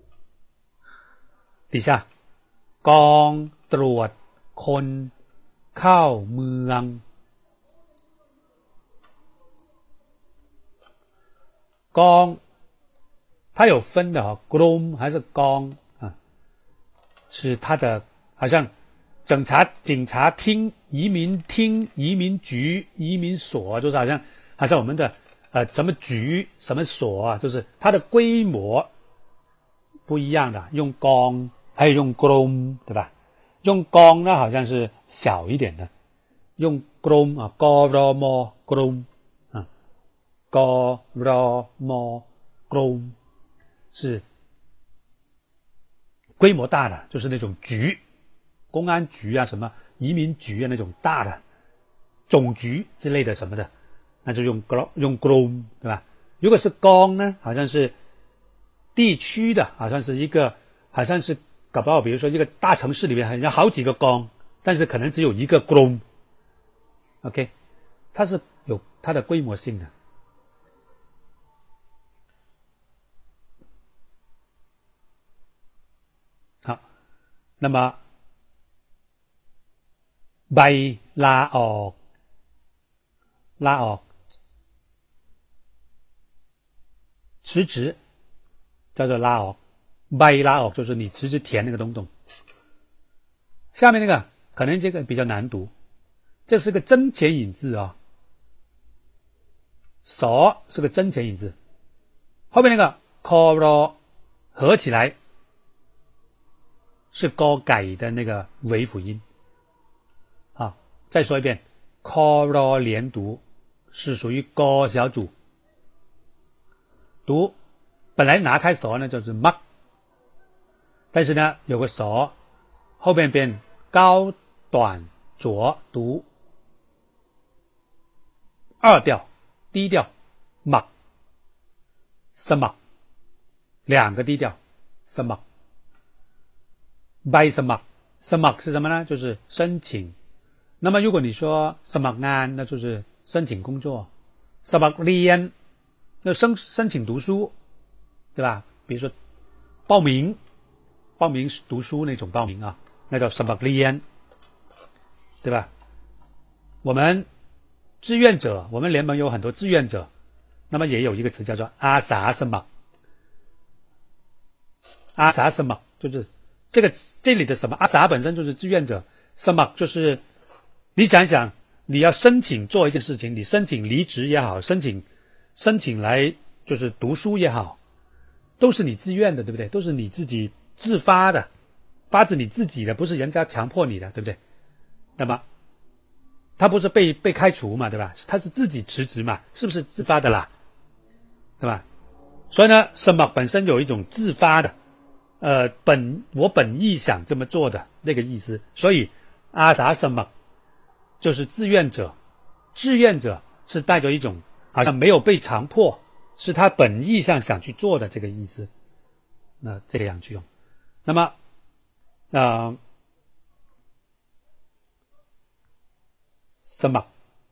底下กองตรวจคนเข้าเมืองก光，它有分的哈 ，grom 还是光啊？是它的好像警察警察厅、移民厅、移民局、移民所，就是好像好像我们的呃什么局、什么所啊，就是它的规模不一样的，用光还有用 grom 对吧？用光呢好像是小一点的，用 grom 啊 ，grom grom 啊 ，grom grom 是规模大的，就是那种局，公安局啊，什么移民局啊那种大的总局之类的什么的，那就用 grom 用 grom 对吧？如果是光呢，好像是地区的，好像是一个，好像是搞不好，比如说一个大城市里面好像好几个光，但是可能只有一个 grom。OK， 它是有它的规模性的。好，那么ใบลาออกลาออก辞职叫做拉ออกใบ拉ออก就是你辞职填那个东东。下面那个可能这个比较难读，这是个真前引字啊、哦，所是个真前引字，后面那个 call 合起来是高改的那个尾辅音啊。再说一遍 call 连读是属于高小组读，本来拿开所呢就是มัก，但是呢有个所后边变高短浊读二调低调มักสมัคร两个低调สมัครใบสมัครสมัคร是什么呢？就是申请。那么如果你说สมัครงาน那就是申请工作，สมัครเรียน要申申请读书，对吧？比如说报名报名读书那种报名啊，那叫สมัครเรียน，对吧？我们志愿者，我们联盟有很多志愿者，那么也有一个词叫做อาสาสมัคร，อาสาสมัคร就是这个这里的什么阿萨本身就是志愿者，什么就是你想想，你要申请做一件事情，你申请离职也好，申请申请来就是读书也好，都是你自愿的，对不对？都是你自己自发的，发自你自己的，不是人家强迫你的，对不对？那么他不是被被开除嘛，对吧？他是自己辞职嘛，是不是自发的啦？对吧？所以呢，什么本身有一种自发的。呃，本我本意想这么做的那个意思，所以阿萨什么就是志愿者，志愿者是带着一种好像没有被强迫，是他本意上想去做的这个意思，那这个样去用。那么，呃，什么？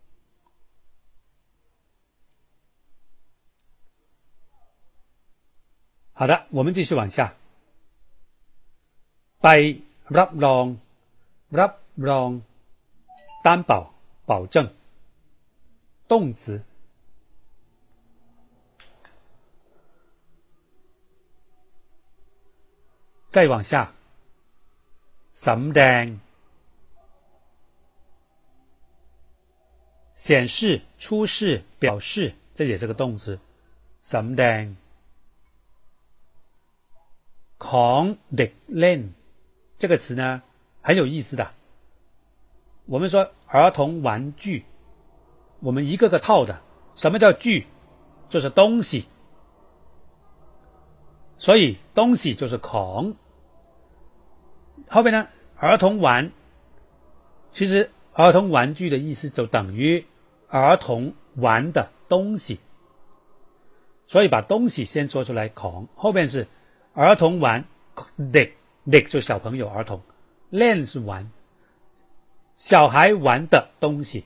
好的，我们继续往下。ไปรับรองรับรอง担保保证动词再往下สำแดง显示出示表示这也是个动词สำแดงของเด็กเล่น这个词呢很有意思的，我们说儿童玩具，我们一个个套的，什么叫具？就是东西，所以东西就是ของ后面呢儿童玩，其实儿童玩具的意思就等于儿童玩的东西，所以把东西先说出来ของ后面是儿童玩เด็กเด็ก就小朋友儿童เล่น是玩小孩玩的东西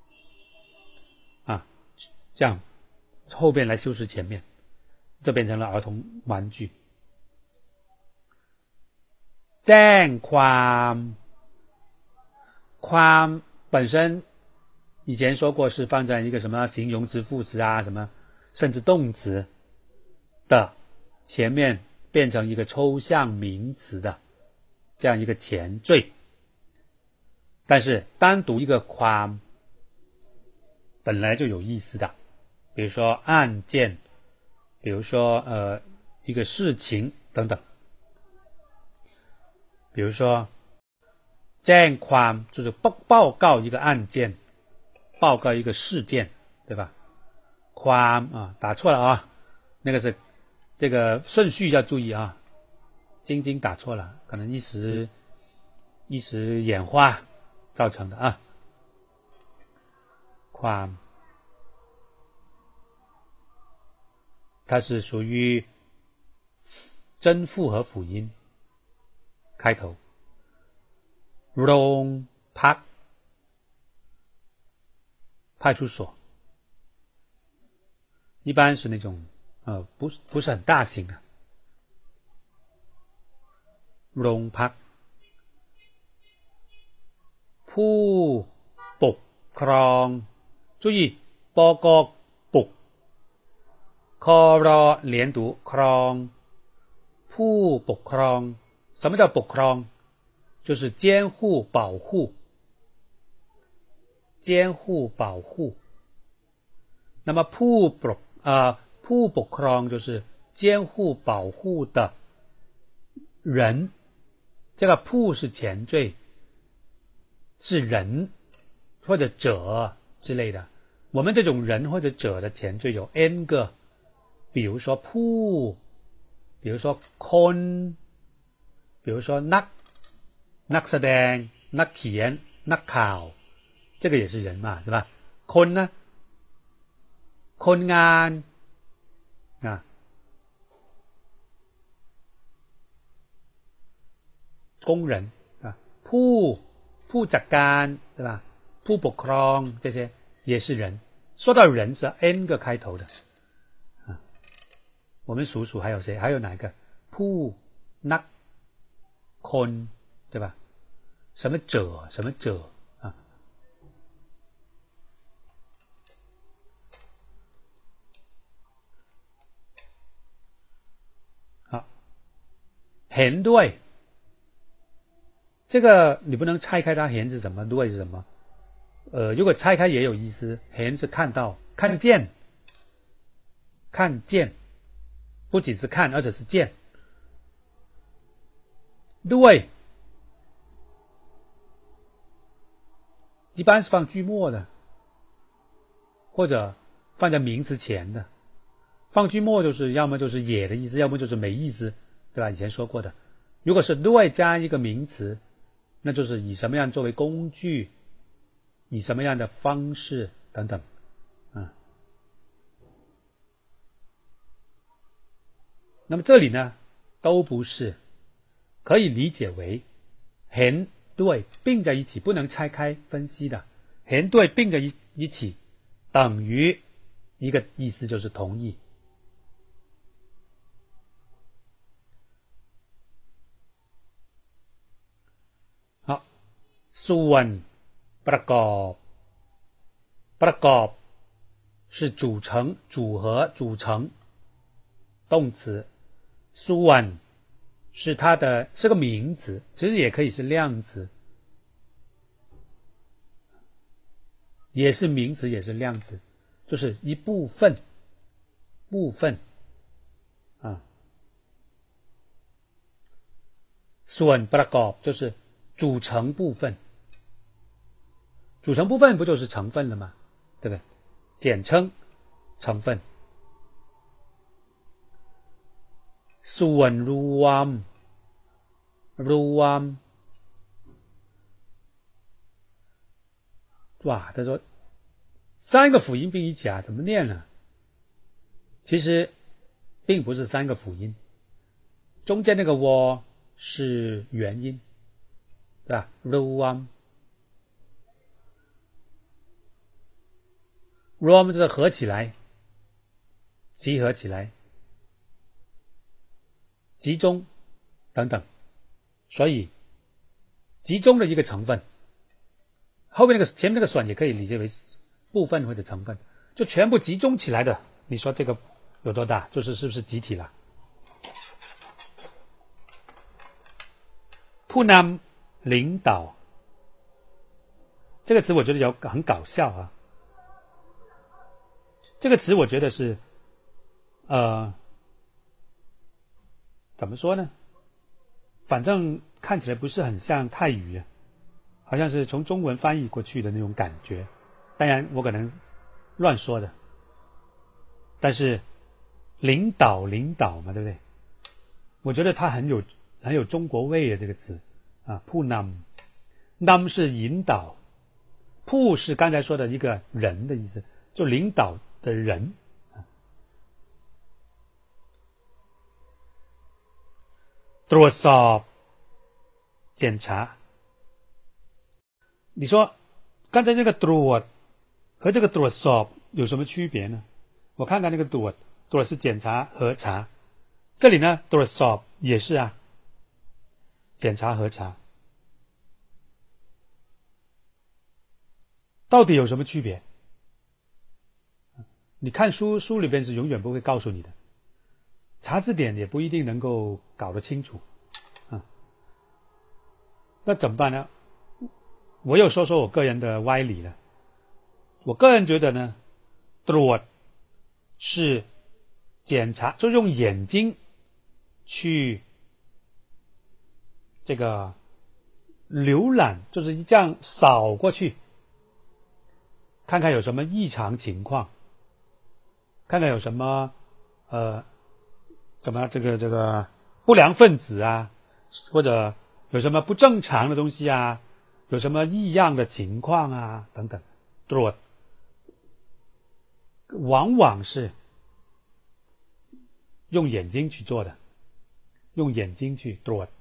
啊，这样后边来修饰前面，就变成了儿童玩具。แจ้งความความ本身以前说过是放在一个什么形容词副词啊什么甚至动词的前面变成一个抽象名词的这样一个前缀，但是单独一个ความ本来就有意思的，比如说案件，比如说呃一个事情等等，比如说แจ้งความ就是报报告一个案件，报告一个事件，对吧？ความ啊打错了啊，那个是这个顺序要注意啊，晶晶打错了，可能一时一时眼花造成的啊。ความ它是属于真复合辅音开头。โรงพัก派出所一般是那种呃不不是很大型的。โรงพักผู้ปกครอง注意ปกปกคร连读ครองผู้ปกครอง什么叫ปกครอง就是监护保护监护保护那么ผู้ปก呃ผู้ปกครอง就是监护保护的人，这个ผู้是前缀，是人或者者之类的，我们这种人或者者的前缀有 n 个，比如说ผู้比如说คน比如说นักนักแสดงนักเขียนนักข่าว这个也是人嘛，对吧？คน呢คนงาน啊工人啊ผู้ผู้จัดการ对吧？ผู้ปกครอง这些也是人，说到人是 n 个开头的啊。我们数数还有谁？还有哪一个？ผู้นักคน对吧？什么者什么者啊？好，เห็นด้วย这个你不能拆开它，เห็น是什么，ด้วย是什么？呃，如果拆开也有意思，เห็น是看到、看见、看见，不仅是看，而且是见。ด้วย一般是放句末的，或者放在名词前的。放句末就是要么就是也的意思，要么就是没意思，对吧？以前说过的。如果是ด้วย加一个名词，那就是以什么样作为工具，以什么样的方式等等啊。那么这里呢都不是，可以理解为เห็นด้วย并在一起，不能拆开分析的。เห็นด้วย并在一一起等于一个意思，就是同意。好，ส่วนประกอบประกอบ是组成、组合、组成动词，ส่วน是它的是个名词，其实也可以是量词，也是名词也是量词，就是一部分部分啊。ส่วนประกอบ就是组成部分，组成部分不就是成分了吗？对不对？简称成分。ส่วนรวมรวม哇，他说三个辅音并一起啊，怎么念呢？其实并不是三个辅音，中间那个喔是元音，对吧？รวมรวม就是合起来，集合起来，集中等等，所以集中的一个成分，后面那个前面那个选也可以理解为部分或者成分，就全部集中起来的。你说这个有多大？就是是不是集体了？ผู้นำ领导这个词我觉得有很搞笑啊。这个词我觉得是呃怎么说呢？反正看起来不是很像泰语啊，好像是从中文翻译过去的那种感觉。当然我可能乱说的，但是领导领导嘛，对不对？我觉得它很有很有中国味的这个词啊。ผู้นำนำ是引导，ผู้是刚才说的一个人的意思，就领导的人。ตรวจสอบ检查，你说刚才这个ตรวจ和这个ตรวจสอบ有什么区别呢？我看看那个ตรวจ，ตรวจ是检查核查，这里呢ตรวจสอบ也是啊，检查核查，到底有什么区别？你看书，书里边是永远不会告诉你的，查字典也不一定能够搞得清楚啊。那怎么办呢？我又说说我个人的歪理了。我个人觉得呢，ตรวจ是检查，就用眼睛去这个浏览，就是这样扫过去，看看有什么异常情况，看看有什么呃什么这个这个不良分子啊，或者有什么不正常的东西啊，有什么异样的情况啊等等。ตรวจ往往是用眼睛去做的，用眼睛去ตรวจ。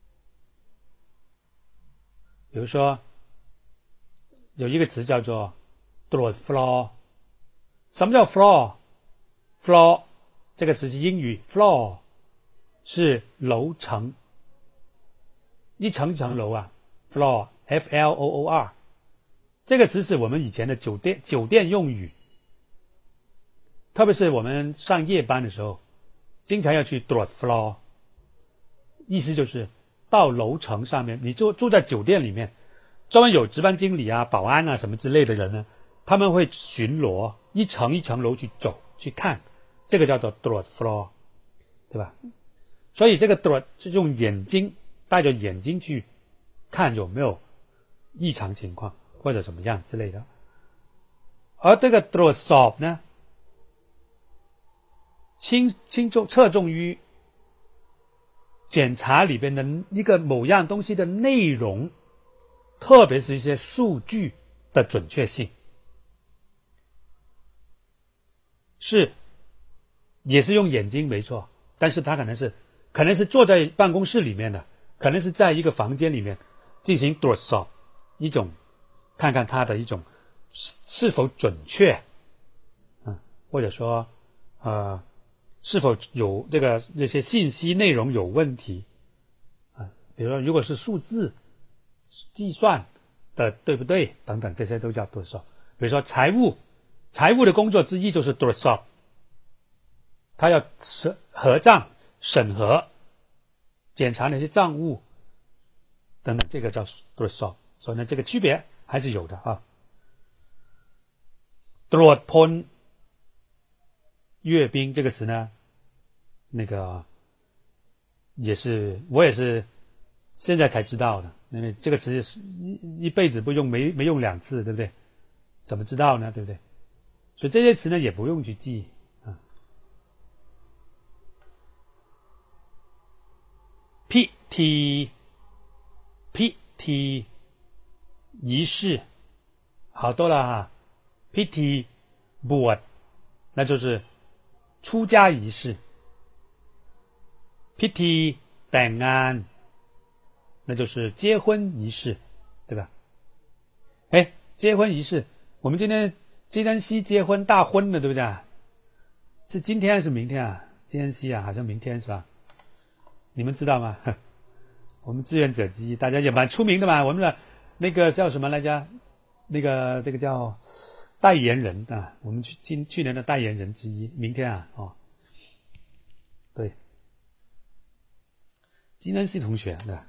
比如说有一个词叫做ตรวจ floor。 什么叫 floor？ floor 这个词是英语， floor 是楼层，一层一层楼啊， floor F L O O R 这个词是我们以前的酒店酒店用语，特别是我们上夜班的时候经常要去ตรวจ floor， 意思就是到楼层上面，你就住在酒店里面，专门有值班经理啊保安啊什么之类的人呢，他们会巡逻，一层一层楼去走去看，这个叫做ตรวจ floor， 对吧？所以这个ตรวจ是用眼睛，带着眼睛去看有没有异常情况或者怎么样之类的。而这个ตรวจสอบ呢，轻轻重侧重于检查里边的一个某样东西的内容，特别是一些数据的准确性，是也是用眼睛没错，但是他可能是可能是坐在办公室里面的，可能是在一个房间里面进行ตรวจสอบ，一种看看它的一种是否准确，嗯，或者说呃是否有这个这些信息内容有问题啊？比如说，如果是数字计算的对不对等等，这些都叫ตรวจสอบ。比如说财务，财务的工作之一就是ตรวจสอบ，他要核账、审核、检查那些账务等等，这个叫ตรวจสอบ。所以呢，这个区别还是有的啊。ตรวจพล阅兵这个词呢，那个也是我也是现在才知道的，因为这个词是一一辈子不用，没没用两次，对不对？怎么知道呢？对不对？所以这些词呢也不用去记啊。พิธีพิธี仪式好多了哈。พิธีบวช那就是出家仪式，พิธีแต่งงาน那就是结婚仪式，对吧？哎，结婚仪式，我们今天金恩熙结婚大婚了，对不对？是今天还是明天啊？金恩熙啊，好像明天是吧？你们知道吗？我们志愿者之一，大家也蛮出名的嘛。我们的那个叫什么来着？那个这个叫代言人啊，我们去今去年的代言人之一，明天啊，哦， 对，金恩熙同学的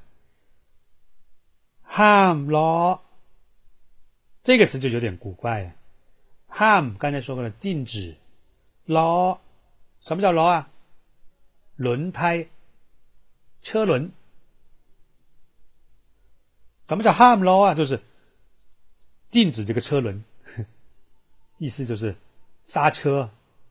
ห้ามล้อ这个词就有点古怪。ห้าม刚才说过了，禁止。ล้อ什么叫ล้อ啊？轮胎，车轮。什么叫ห้ามล้อ啊？就是禁止这个车轮，意思就是刹车。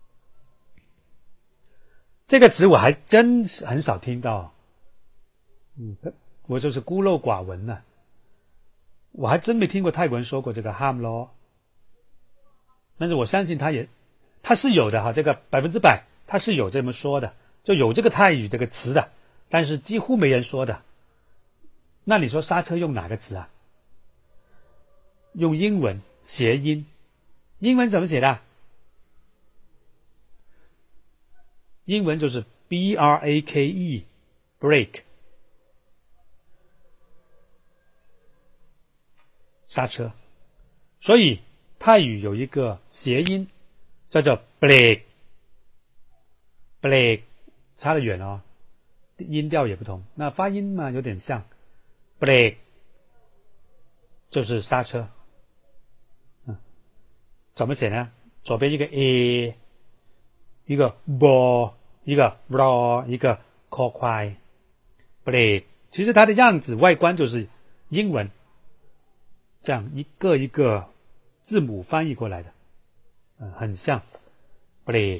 这个词我还真很少听到，嗯，我就是孤陋寡闻了、啊。我还真没听过泰国人说过这个ห้ามล้อ，但是我相信他也他是有的哈，这个百分之百他是有这么说的，就有这个泰语这个词的，但是几乎没人说的。那你说刹车用哪个词啊？用英文谐音，英文怎么写的？英文就是 B R A K E brake 刹车，所以泰语有一个谐音叫做 brake brake 差得远哦，音调也不同，那发音嘛有点像 brake 就是刹车。嗯，怎么写呢？左边一个 A， 一个 B， 一个 R， 一个 call 快 brake， 其实它的样子外观就是英文这样一个一个字母翻译过来的，嗯，很像 brake。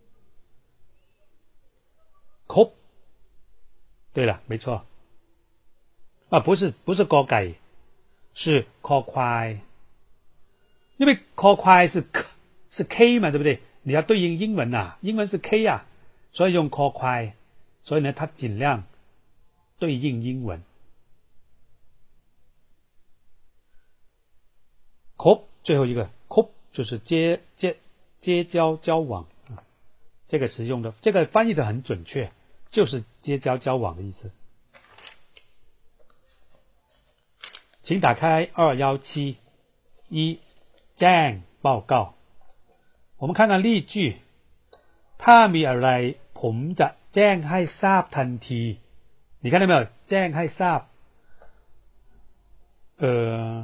cop 对了，没错啊，不是不是高改，是 call 快，因为 call 快是 K 是 K 嘛，对不对？你要对应英文啊，英文是 K 啊，所以用 call 快，所以呢，它尽量对应英文。cop 最后一个 cop 就是结结结交交往，这个词用的这个翻译的很准确，就是结交交往的意思。请打开二一七一แจ้ง报告。我们看到例句，ถ้ามีอะไรผมจะแจ้งให้ทราบทันที。你看到没有？แจ้งให้ทราบ，呃，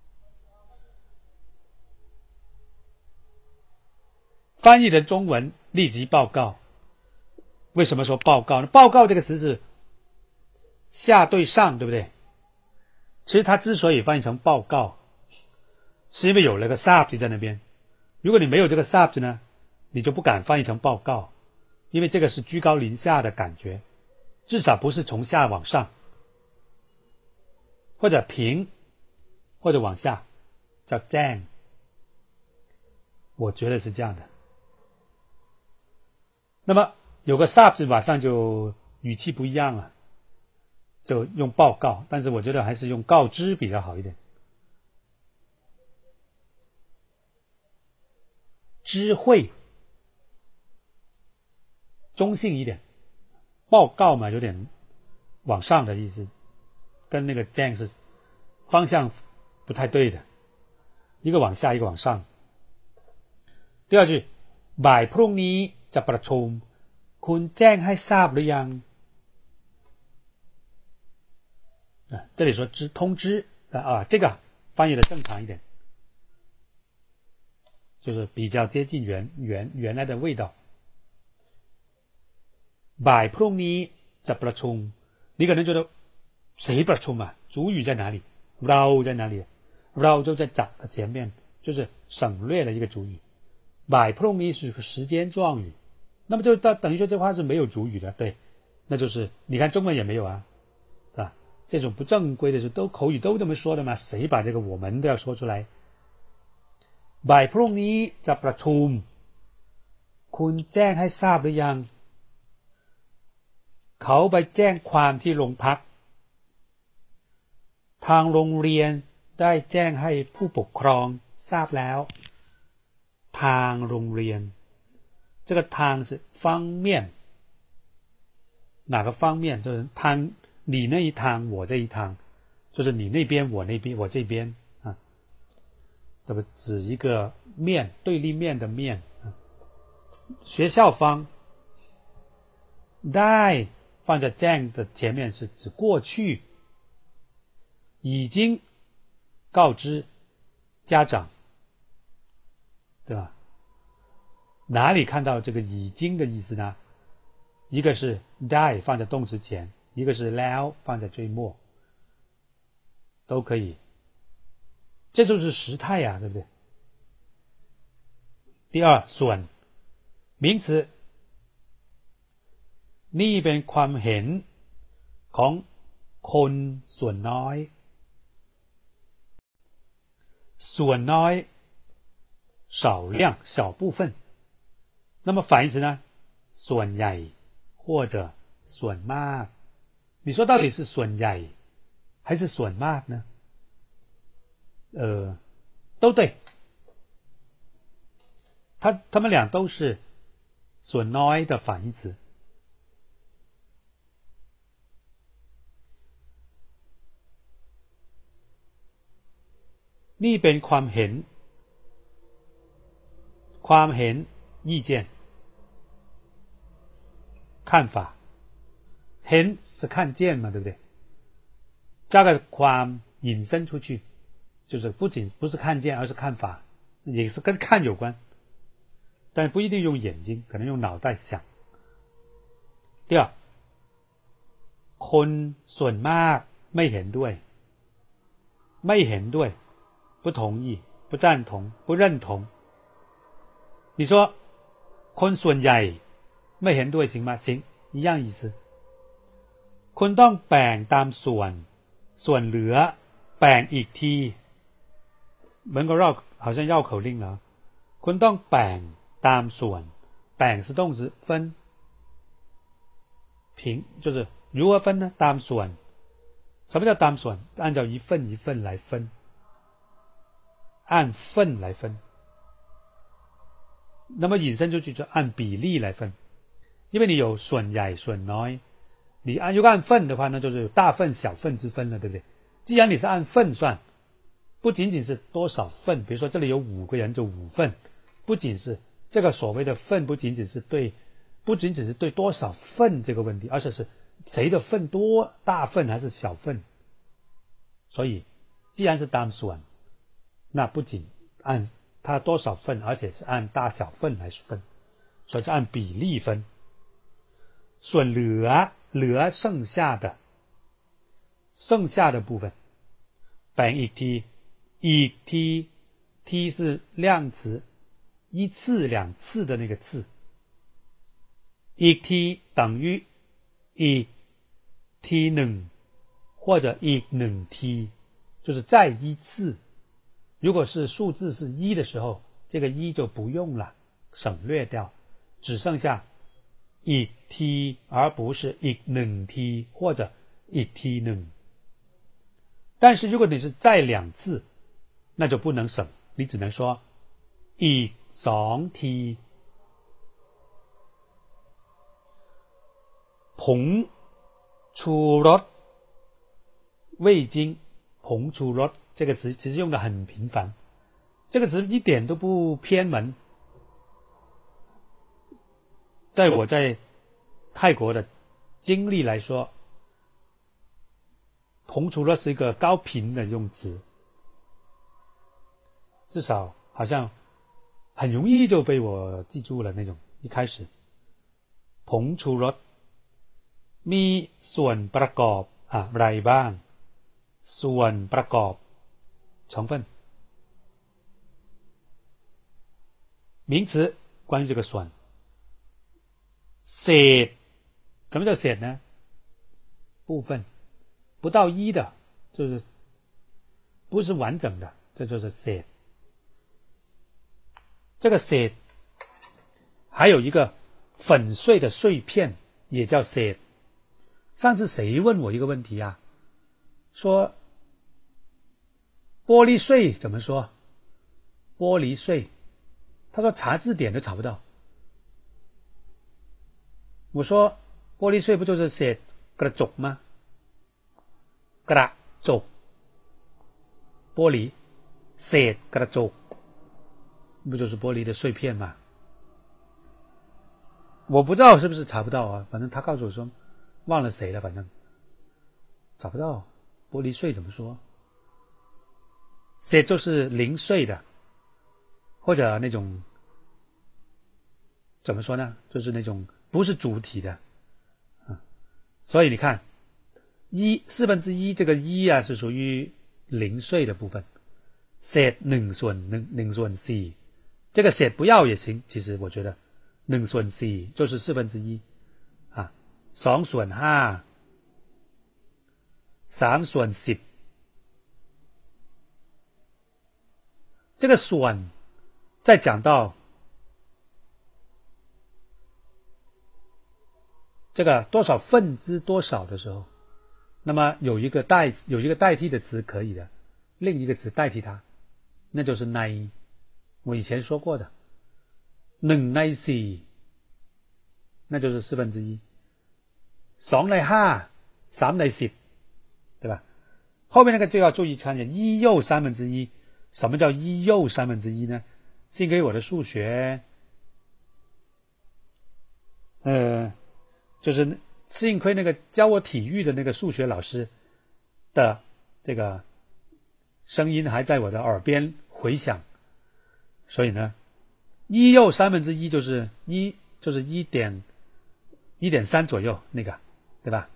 翻译的中文立即报告。为什么说报告呢？报告这个词是下对上，对不对？其实它之所以翻译成报告，是因为有了个 subject 在那边。如果你没有这个 subject 呢，你就不敢翻译成报告，因为这个是居高临下的感觉，至少不是从下往上，或者平，或者往下，叫แจ้ง。我觉得是这样的。那么有个 subject 马上就语气不一样了，就用报告，但是我觉得还是用告知比较好一点。知会中性一点，报告嘛有点往上的意思，跟那个แจ้ง是方向不太对的，一个往下一个往上。第二句บ่ายพรุ่งนี้จะประชุมคุณแจ้งให้ทราบหรือยัง啊，这里说知通知啊啊，这个翻译的正常一点，就是比较接近原原原来的味道。บ่ายพรุ่งนี้จะประชุม，你可能觉得谁ประชุม啊？主语在哪里？เรา在哪里？เรา就在长的前面，就是省略了一个主语。บ่ายพรุ่งนี้是个时间状语，那么就等于说这话是没有主语的，对，那就是你看中文也没有啊，是吧？这种不正规的是都口语都这么说的嘛，谁把这个我们都要说出来？บ่ายพรุ่งนี้จะประชุมคุณแจ้งให้ทราบหรือยังเขาไปแจ้งความที่โรงพักทางโรงเรียนได้แจ้งให้ผู้ปกครองทราบแล้วทางโรงเรียน这个ทาง是方面，哪个方面？就是ทาง你那一趟我这一趟，就是你那边我那边我这边啊，这不指一个面对立面的面啊。学校方ได้放在将的前面是指过去，已经告知家长，对吧？哪里看到这个已经的意思呢？一个是ได้放在动词前，一个是แล้ว放在最末，都可以。这就是时态呀、啊，对不对？第二，ส่วน名词นี่เป็นความเห็นของคนส่วนน้อยส่วนน้อย少量小部分，那么反义词呢？ส่วนใหญ่或者ส่วนมาก。你说到底是ส่วนใหญ่还是ส่วนมาก呢？呃，都对。它它们俩都是ส่วนน้อย的反义词。นี่เป็นความเห็นความเห็น意见看法，เห็น是看见嘛，对不对？加个ความ引申出去，就是不仅不是看见，而是看法，也是跟看有关，但不一定用眼睛，可能用脑袋想。第二，คนส่วนมากไม่เห็นด้วยไม่เห็นด้วย不同意不赞同不认同。你说คนส่วนใหญ่ไม่เห็นด้วย行吗？行，一样意思。คุณต้องแบ่งตามส่วนส่วนเหลือแบ่งอีกทีเหมือนกับ绕好像绕口令了。คุณต้องแบ่งตามส่วนแบ่ง是动词分平就是如何分呢？ตามส่วน什么叫ตามส่วน？按照一份一份来分，按份来分。那么引申出去就按比例来分，因为你有ส่วนใหญ่ส่วนน้อย，你按如果按份的话，那就是有大份小份之分了，对不对？既然你是按份算，不仅仅是多少份，比如说这里有五个人就五份，不仅是这个所谓的份，不仅仅是对，不仅仅是对多少份这个问题，而且是谁的份多，大份还是小份。所以，既然是当ส่วน，那不仅按它多少份，而且是按大小份来分，所以是按比例分。ส่วนเหลือเหลือ剩下的剩下的部分แบ่งอีกทีอีกทีที是量词，一次两次的那个次，อีกที等于อีกทีหนึ่ง或者อีกหนึ่งที就是再一次。如果是数字是一的时候，这个一就不用了，省略掉，只剩下อีกที而不是อีกหนึ่งที或者อีกทีหนึ่ง。但是如果你是再两次，那就不能省，你只能说อีกสองที。ผงชูรส味精ผงชูรส这个词其实用的很频繁，这个词一点都不偏门。在我在泰国的经历来说，ผงชูรส是一个高频的用词，至少好像很容易就被我记住了那种。一开始ผงชูรสมีส่วนประกอบอะไรบ้างส่วนประกอบ成分名词关于这个ส่วนเศษ什么叫เศษ呢？部分不到一的，就是不是完整的，这就是เศษ。这个เศษ还有一个粉碎的碎片也叫เศษ。上次谁问我一个问题啊，说玻璃碎怎么说？玻璃碎，他说查字典都查不到。我说玻璃碎不就是เศษกระจก吗？กระจก玻璃เศษกระจก不就是玻璃的碎片吗？ 我不知道是不是查不到啊，反正他告诉我说忘了谁了，反正找不到。玻璃碎怎么说？셋就是零碎的，或者那种怎么说呢？就是那种不是主体的啊。所以你看，一四分之一这个一啊是属于零碎的部分。셋หนึ่งส่วนหนึ่งหนึ่งส่วนสี่这个 셋不要也行，其实我觉得หนึ่งส่วนสี่就是四分之一啊，สองส่วนห้าสามส่วนสิบ这个ส่วน在讲到这个多少分之多少的时候，那么有一个代有一个代替的词可以的，另一个词代替它，那就是ใน我以前说过的หนึ่งในสี่那就是四分之一，สองในห้าสามในสิบ对吧？后面那个就要注意看见一又三分之一。什么叫一又三分之一呢？幸亏我的数学呃就是幸亏那个教我体育的那个数学老师的这个声音还在我的耳边回响，所以呢一又三分之一就是一就是一点一点三左右那个，对吧？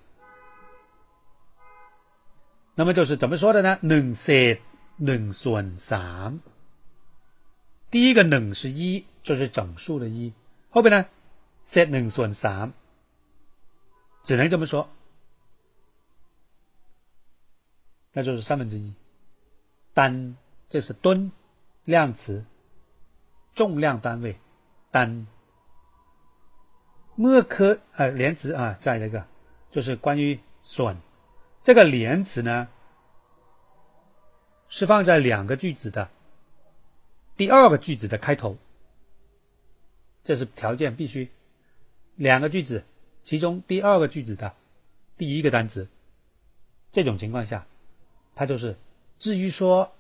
那么就是怎么说的呢？หนึ่งเศษหนึ่งส่วนสาม第一个หนึ่ง是一，就是整数的一，后边呢เศษหนึ่งส่วนสาม只能这么说，那就是三分之一。单这是吨量词，重量单位单。เมื่อเค呃连词啊，下一个就是关于ส่วน，这个连词呢是放在两个句子的第二个句子的开头，这是条件必须，两个句子其中第二个句子的第一个单词，这种情况下它就是至于说，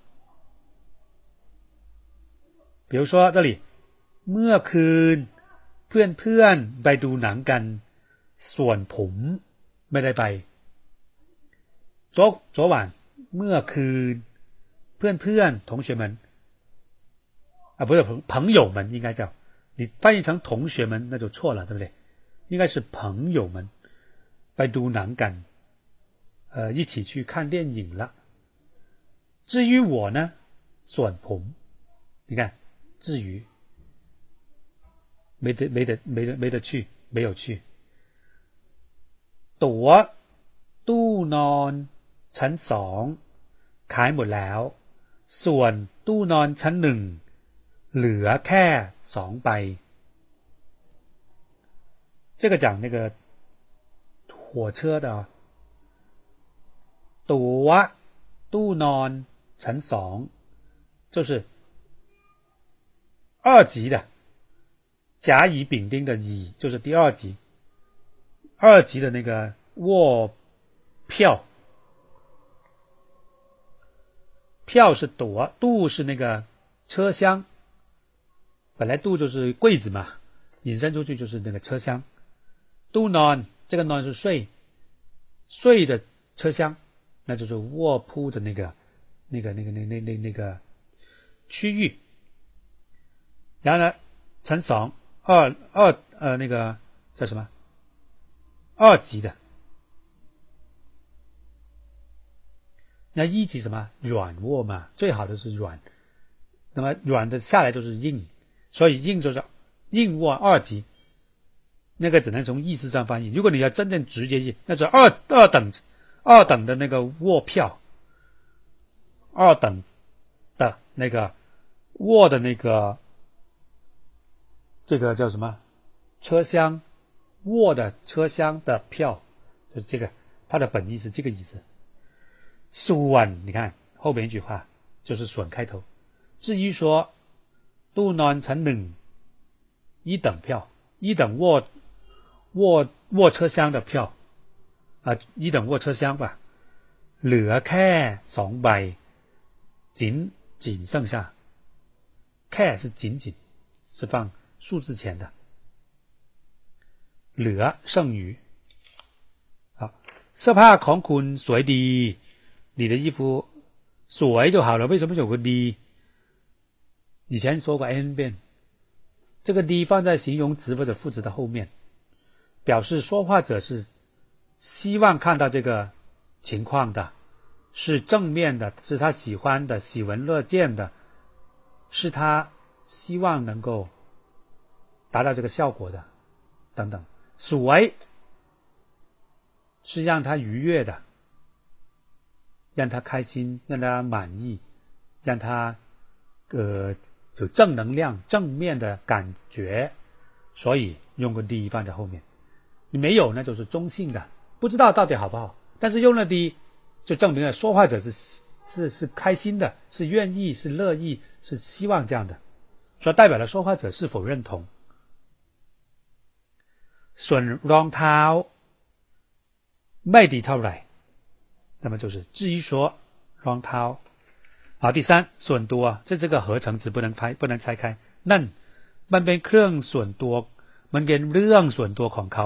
比如说这里เมื่อคืนเพื่อนๆไปดูหนังกันส่วนผมไม่ได้ไป昨昨晚เมื่อคืนเพื่อนๆ同学们啊不是朋友们应该叫，你翻译成同学们那就错了，对不对？应该是朋友们ไปดูหนังกัน呃一起去看电影了。至于我呢ส่วนผม你看至于没得没得没得没得去没有去。ตั๋วตู้นอนชั้นสองขายหมดแล้วส่วนตู้นอนชั้นหนึ่งเหลือแค่สองใบ这个讲那个火车的ตั๋วตู้นอนชั้นสอง就是二级的甲乙丙丁的乙就是第二级，二级的那个卧票，票是ตั๋，肚是那个车厢，本来肚就是柜子嘛，引申出去就是那个车厢。ตู้นอน这个นอน是睡，睡的车厢，那就是卧铺的那个那个那个那那那那个区域。然后呢，ชั้นสอง二二呃那个叫什么？二级的。那一级什么？软卧嘛，最好的是软。那么软的下来就是硬，所以硬就是硬卧二级。那个只能从意思上翻译。如果你要真正直接译，那就是二二等二等的那个卧票，二等的那个卧的那个。这个叫什么？车厢，卧的车厢的票，就是这个，它的本意是这个意思。ส่วน，你看后面一句话就是ส่วน开头。至于说ตู้นอนชั้นหนึ่ง一等票，一等卧卧卧车厢的票啊，一等卧车厢吧，เหลือแค่สองใบ，仅仅剩下，แค่是仅仅，是放数字前的。 เหลือ剩余。好，เสื้อผ้าของคุณสวยดี你的衣服สวย就好了，为什么有个ดี以前说过 n 遍，这个ดี放在形容词或者副词的后面，表示说话者是希望看到这个情况的，是正面的，是他喜欢的，喜闻乐见的，是他希望能够达到这个效果的等等。สวย是让他愉悦的，让他开心，让他满意，让他呃有正能量正面的感觉，所以用个ดี放在后面。你没有那就是中性的，不知道到底好不好，但是用了ดี就证明了说话者是是是开心的，是愿意，是乐意，是希望这样的，所以代表了说话者是否认同。ส่วนรองเท้าไม่ดีเท่าไหร่那么就是至于说รองเท้า好，第三ส่วนตัว这这个合成词不能拆不能拆开นั่นมันเป็นเครื่องส่วนตัวมันเป็นเรื่องส่วนตัวของเขา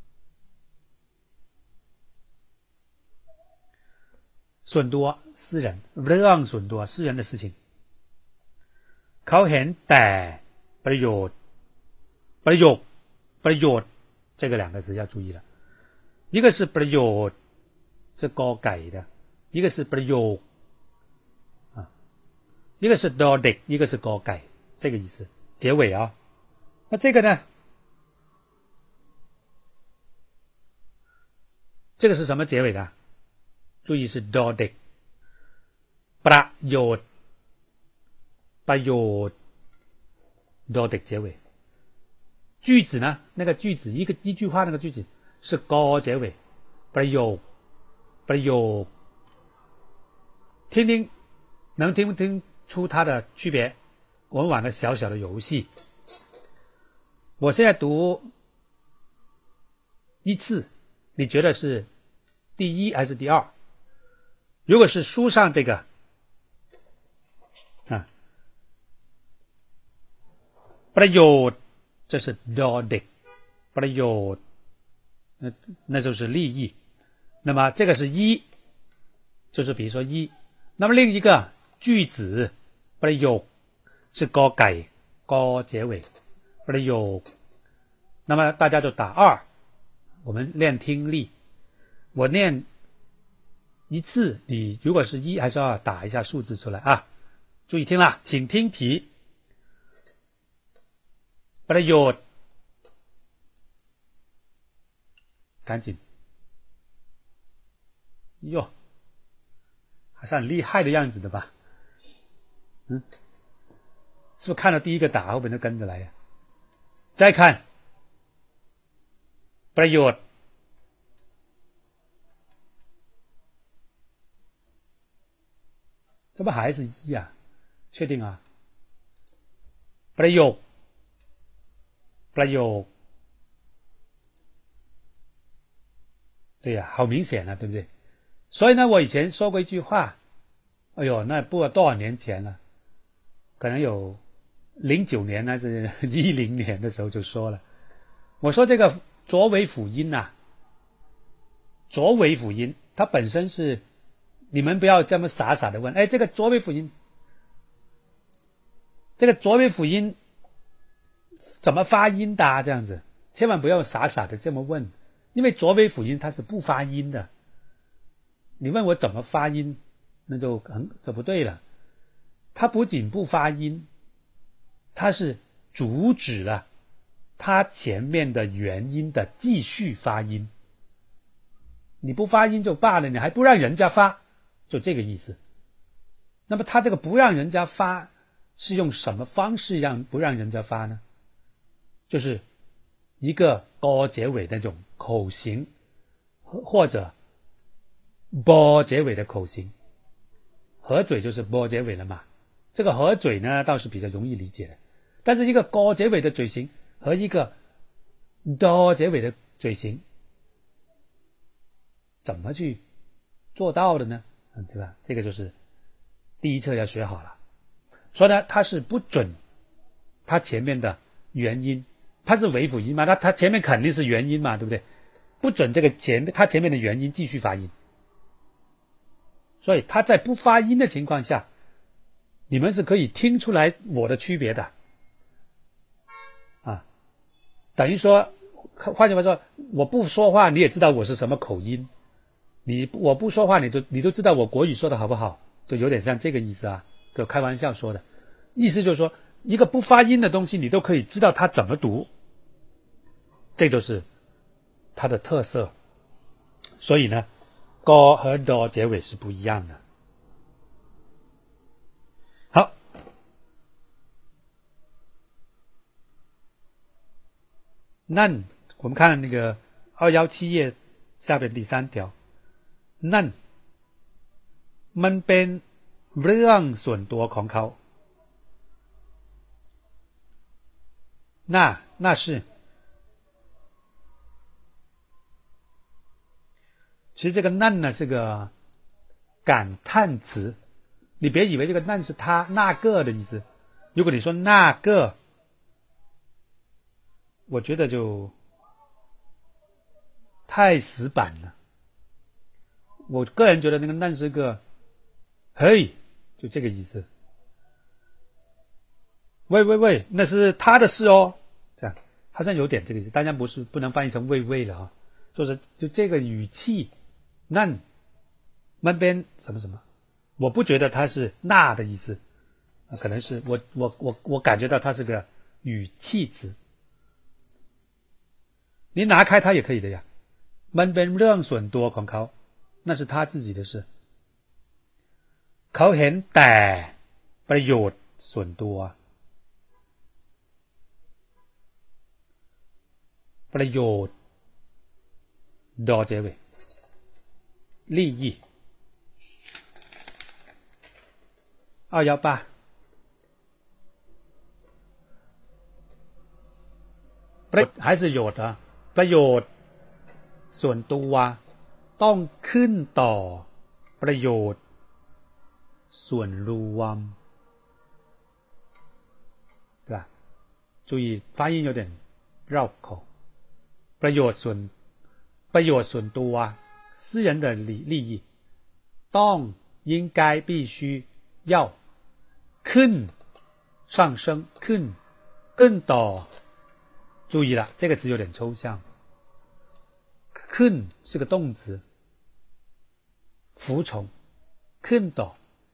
ส่วนตัว私人เรื่องส่วนตัว私人的事情เขาเห็นแต่ประโยชน์ประโยคประโยชน์这个两个字要注意了，一个是ประโยชน์是กอไก่的，一个是ประโยค啊，一个是ดอเด็ก，一个是กอไก่，这个意思。结尾啊，那这个呢？这个是什么结尾的？注意是ดอเด็กประโยชน์ประโยชน์ดอเด็ก结尾。句子呢？那个句子一个一句话那个句子是ก结尾，ประโยคประโยค，听听能听不听出它的区别？我们玩个小小的游戏。我现在读一次，你觉得是第一还是第二？如果是书上这个啊，ประโยชน์这是ดอเด็กประโยชน์，那那就是利益。那么这个是一，就是比如说一。那么另一个句子ประโยค是กอไก่กอ结尾ประโยค。那么大家就打二，我们练听力。我念一次，你如果是一还是二，打一下数字出来啊。注意听了，请听题。ประโยชน์赶紧哟，还是很厉害的样子的吧？嗯，是不是看到第一个打，后面就跟着来呀？再看ประโยชน์这不还是一啊？确定啊？ประโยคประโยค，对呀、啊，好明显啊，对不对？所以呢，我以前说过一句话，哎呦，那不知道多少年前了，可能有零九年还是一零年的时候就说了。我说这个浊尾辅音呐、啊，浊尾辅音它本身是，你们不要这么傻傻的问，哎，这个浊尾辅音，这个浊尾辅音怎么发音的、啊？这样子，千万不要傻傻的这么问，因为浊尾辅音它是不发音的。你问我怎么发音，那就很这不对了。它不仅不发音，它是阻止了它前面的元音的继续发音。你不发音就罢了，你还不让人家发，就这个意思。那么它这个不让人家发是用什么方式让不让人家发呢？就是一个ก结尾的那种口型，或者啵结尾的口型，合嘴就是啵结尾了嘛。这个合嘴呢倒是比较容易理解的，但是一个ก结尾的嘴型和一个ด结尾的嘴型，怎么去做到的呢？嗯，对吧？这个就是第一册要学好了。所以呢，它是不准它前面的元音它是尾辅音嘛，那它前面肯定是元音嘛，对不对？不准这个前它前面的元音继续发音，所以它在不发音的情况下，你们是可以听出来我的区别的啊。等于说，换句话说，我不说话你也知道我是什么口音，你我不说话你就你都知道我国语说的好不好，就有点像这个意思啊，就开玩笑说的意思，就是说一个不发音的东西你都可以知道它怎么读，这就是它的特色。所以呢，go 和 do 结尾是不一样的。好，นั่น我们看那个二一七页下边第三条，นั่นมันเป็นเรื่องส่วนตัวของเขา那那是，其实这个นั่น呢是个感叹词，你别以为这个นั่น是他那个的意思。如果你说那个，我觉得就太死板了。我个人觉得那个นั่น是个嘿，就这个意思。喂喂喂，那是他的事哦，这样好像有点这个意思，当然不是不能翻译成喂喂了啊，就是就这个语气，นั่นมันเป็น什么什么，我不觉得它是那的意思，可能是我我我我感觉到它是个语气词，你拿开它也可以的呀，มันเป็นเรื่องส่วนตัวของเขา那是他自己的事，เขาเห็นแต่ประโยชน์ส่วนตัวประโยชน์ดอ结尾利益二一八还是有的ประโยชน์ส่วนตัวต้องขึ้นต่อประโยชน์ส่วนรวม对吧注意发音有点绕口ประโยชน์ส่วนประโยชน์ส่วนตัว私人的利利益ต้อง应该必须要ขึ้น上升ขึ้นขึ้นต่อ注意了这个词有点抽象ขึ้น是个动词服从ขึ้นต่อ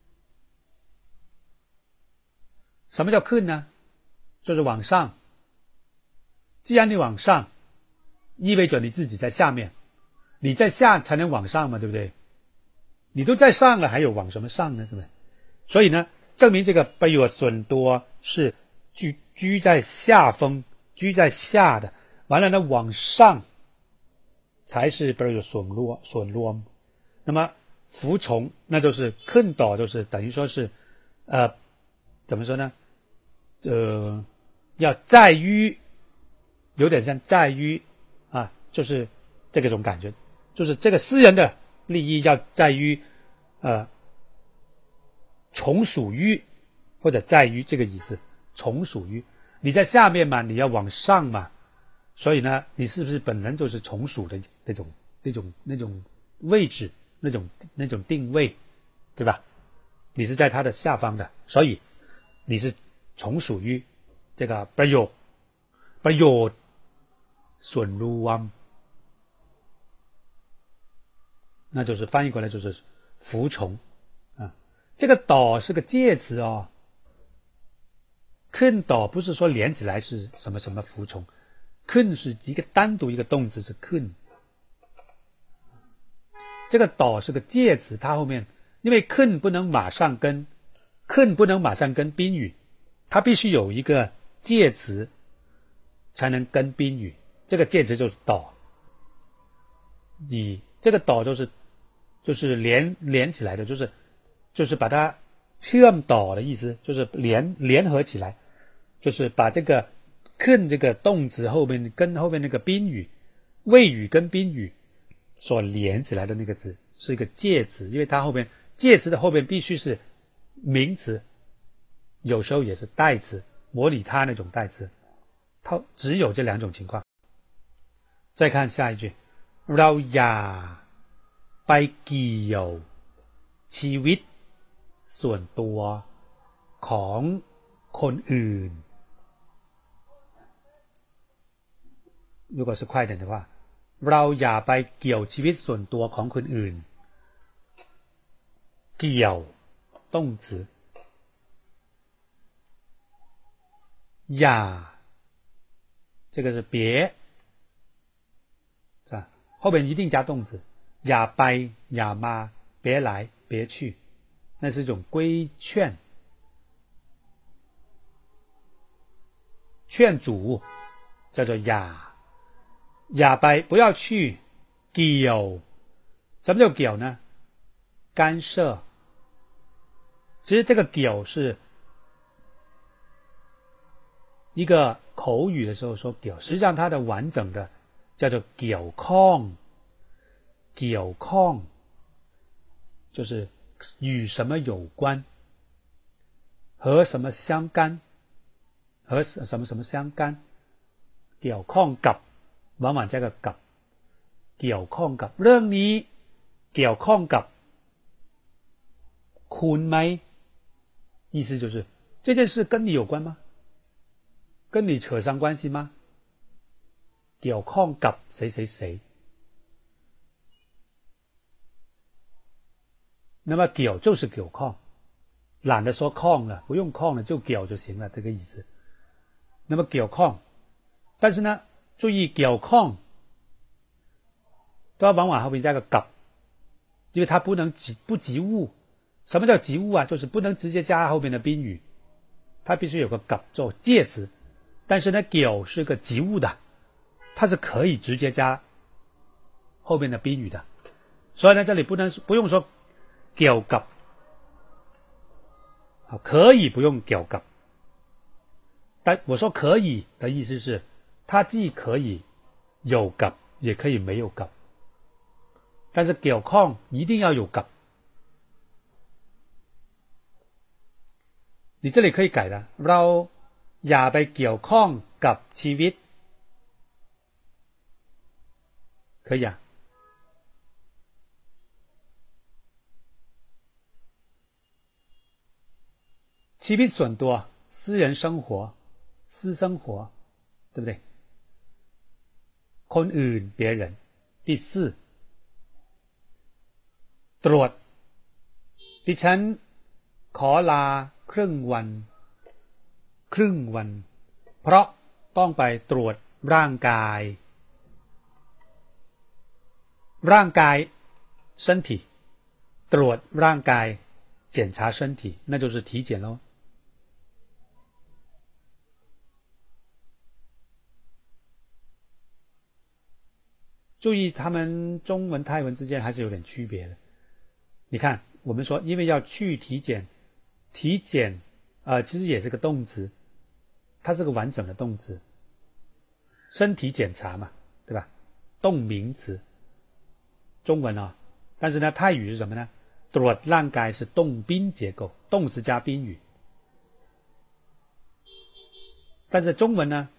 什么叫ขึ้น呢就是往上既然你往上意味着你自己在下面你在下才能往上嘛对不对你都在上了还有往什么上呢是不是所以呢证明这个ประโยชน์ส่วนตัว是居居在下风居在下的完了呢往上才是ประโยชน์ส่วนรวมส่วนรวม那么服从那就是ขึ้นต่อ就是等于说是呃怎么说呢呃要在于有点像在于啊就是这个种感觉就是这个私人的利益要在于呃从属于或者在于这个意思从属于你在下面嘛你要往上嘛所以呢你是不是本人就是从属的那种那种那种位置那种那种定位对吧你是在他的下方的所以你是从属于这个ประโยชน์ประโยชน์ส่วนรวม那就是翻译过来就是服从啊这个ต่อ是个介词哦ขึ้นต่อ不是说连起来是什么什么服从ขึ้น是一个单独一个动词是ขึ้น这个ต่อ是个介词它后面因为ขึ้น不能马上跟ขึ้น不能马上跟宾语它必须有一个介词才能跟宾语这个介词就是ต่อ你这个ต่อ就是就是连连起来的就是就是把它เชื่อมต่อ的意思就是连联合起来就是把这个ขึ้น这个动词后面跟后面那个宾语谓语跟宾语所连起来的那个字是一个介词因为它后面介词的后面必须是名词有时候也是代词模拟它那种代词它只有这两种情况。再看下一句，เราอย่าไปเกี่ยวชีวิตส่วนตัวของคนอื่น如果是快点的话，เราอย่าไปเกี่ยวชีวิตส่วนตัวของคนอื่นเกี่ยว动词อย่า这个是别是吧？后面一定加动词，อย่าไปอย่ามา别来别去，那是一种规劝劝阻，叫做อย่าอย่าไป不要去เกี่ยว什么叫เกี่ยว呢？干涉。其实这个เกี่ยว是一个口语的时候说เกี่ยว，实际上它的完整的叫做เกี่ยวข้องเกี่ยวข้อง就是与什么有关，和什么相干，和什么什么相干，เกี่ยวข้องกับ往往加个กับเกี่ยวข้องกับเรื่องนี้เกี่ยวข้องกับคุณไหม意思就是这件事跟你有关吗？跟你扯上关系吗？เกี่ยวข้องกับ谁谁谁。那么เกี่ยว就是เกี่ยวข้อง懒得说ข้อง了，不用ข้อง了，就เกี่ยว就行了，这个意思。那么เกี่ยวข้อง但是呢注意เกี่ยวข้อง都要往往后面加个กับ因为它不能及不及物。什么叫及物啊？就是不能直接加后面的宾语，它必须有个กับ做介词。但是呢กี่是个及物的，它是可以直接加后面的宾语的，所以呢这里不能不用说เกี่ยวกับ可以不用เกี่ยวกับ但我说可以的意思是它既可以有กับ也可以没有กับ但是เกี่ยวข้อง一定要有กับ你这里可以改的เราอย่าไปเกี่ยวข้องกับชีวิต可以啊ชีวิตส่วนตัว私人生活私生活对不对คนอื่น别人第四ตรวจดิฉันขอลาครึ่งวันครึ่งวันเพราะต้องไปตรวจร่างกายร่างกาย身体ตรวจร่างกาย检查身体那就是体检咯注意他们中文泰文之间还是有点区别的你看我们说因为要去体检体检呃其实也是个动词它是个完整的动词身体检查嘛对吧动名词中文啊但是呢泰语是什么呢ตรวจร่างกาย是动宾结构动词加宾语但是中文呢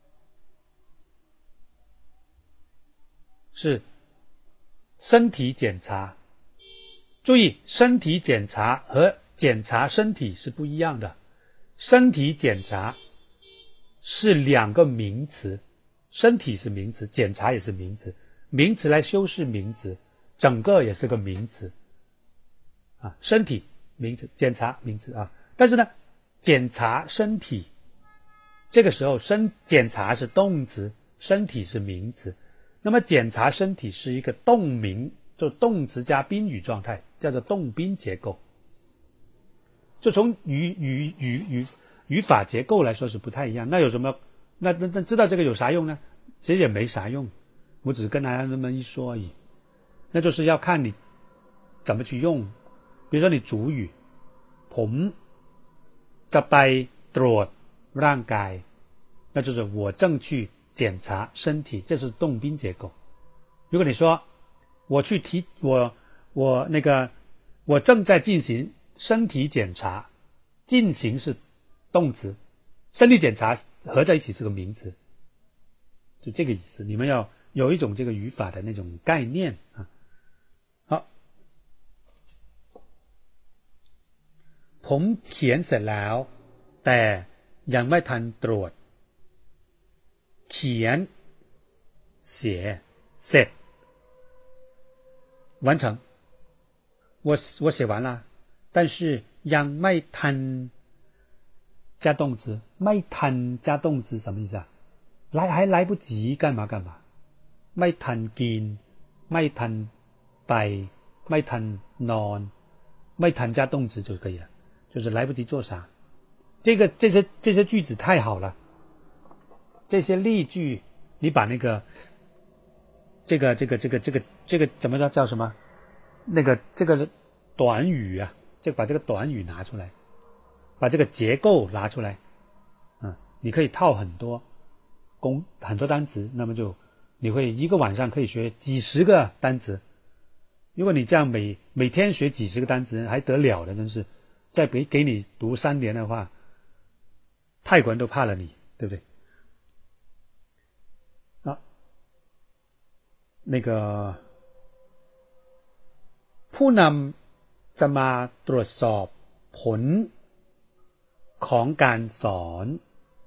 是身体检查注意身体检查和检查身体是不一样的身体检查是两个名词身体是名词检查也是名词名词来修饰名词整个也是个名词啊身体名词检查名词啊但是呢检查身体这个时候身检查是动词身体是名词那么检查身体是一个动名就动词加宾语状态叫做动宾结构就从语语语语语法结构来说是不太一样那有什么那那那知道这个有啥用呢其实也没啥用我只是跟大家那么一说而已那就是要看你怎么去用比如说你主语ผมจะไปตรวจร่างกาย那就是我正去检查身体这是动宾结构如果你说我去体我我那个我正在进行身体检查进行是动词身体检查合在一起是个名词，就这个意思。你们要有一种这个语法的那种概念啊。好，ผมเขียนเสร็จแล้วแต่ยังไม่ทันตรวจเขียน写เสร็จ完成我我写完了，但是ยังไม่ทัน加动词，ไม่ทัน加动词什么意思啊？来还来不及干嘛干嘛？ไม่ทันกินไม่ทันไปไม่ทันนอนไม่ทัน加动词就可以了，就是来不及做啥。这个这些这些句子太好了，这些例句你把那个这个这个这个这个这个怎么叫叫什么？那个这个短语啊，就把这个短语拿出来，把这个结构拿出来，嗯，你可以套很多公很多单词，那么就你会一个晚上可以学几十个单词。如果你这样每每天学几十个单词还得了的，真是再给给你读三年的话，泰国人都怕了你，对不对？啊，那个ผู้นำจะมาตรวจสอบผลของการสอน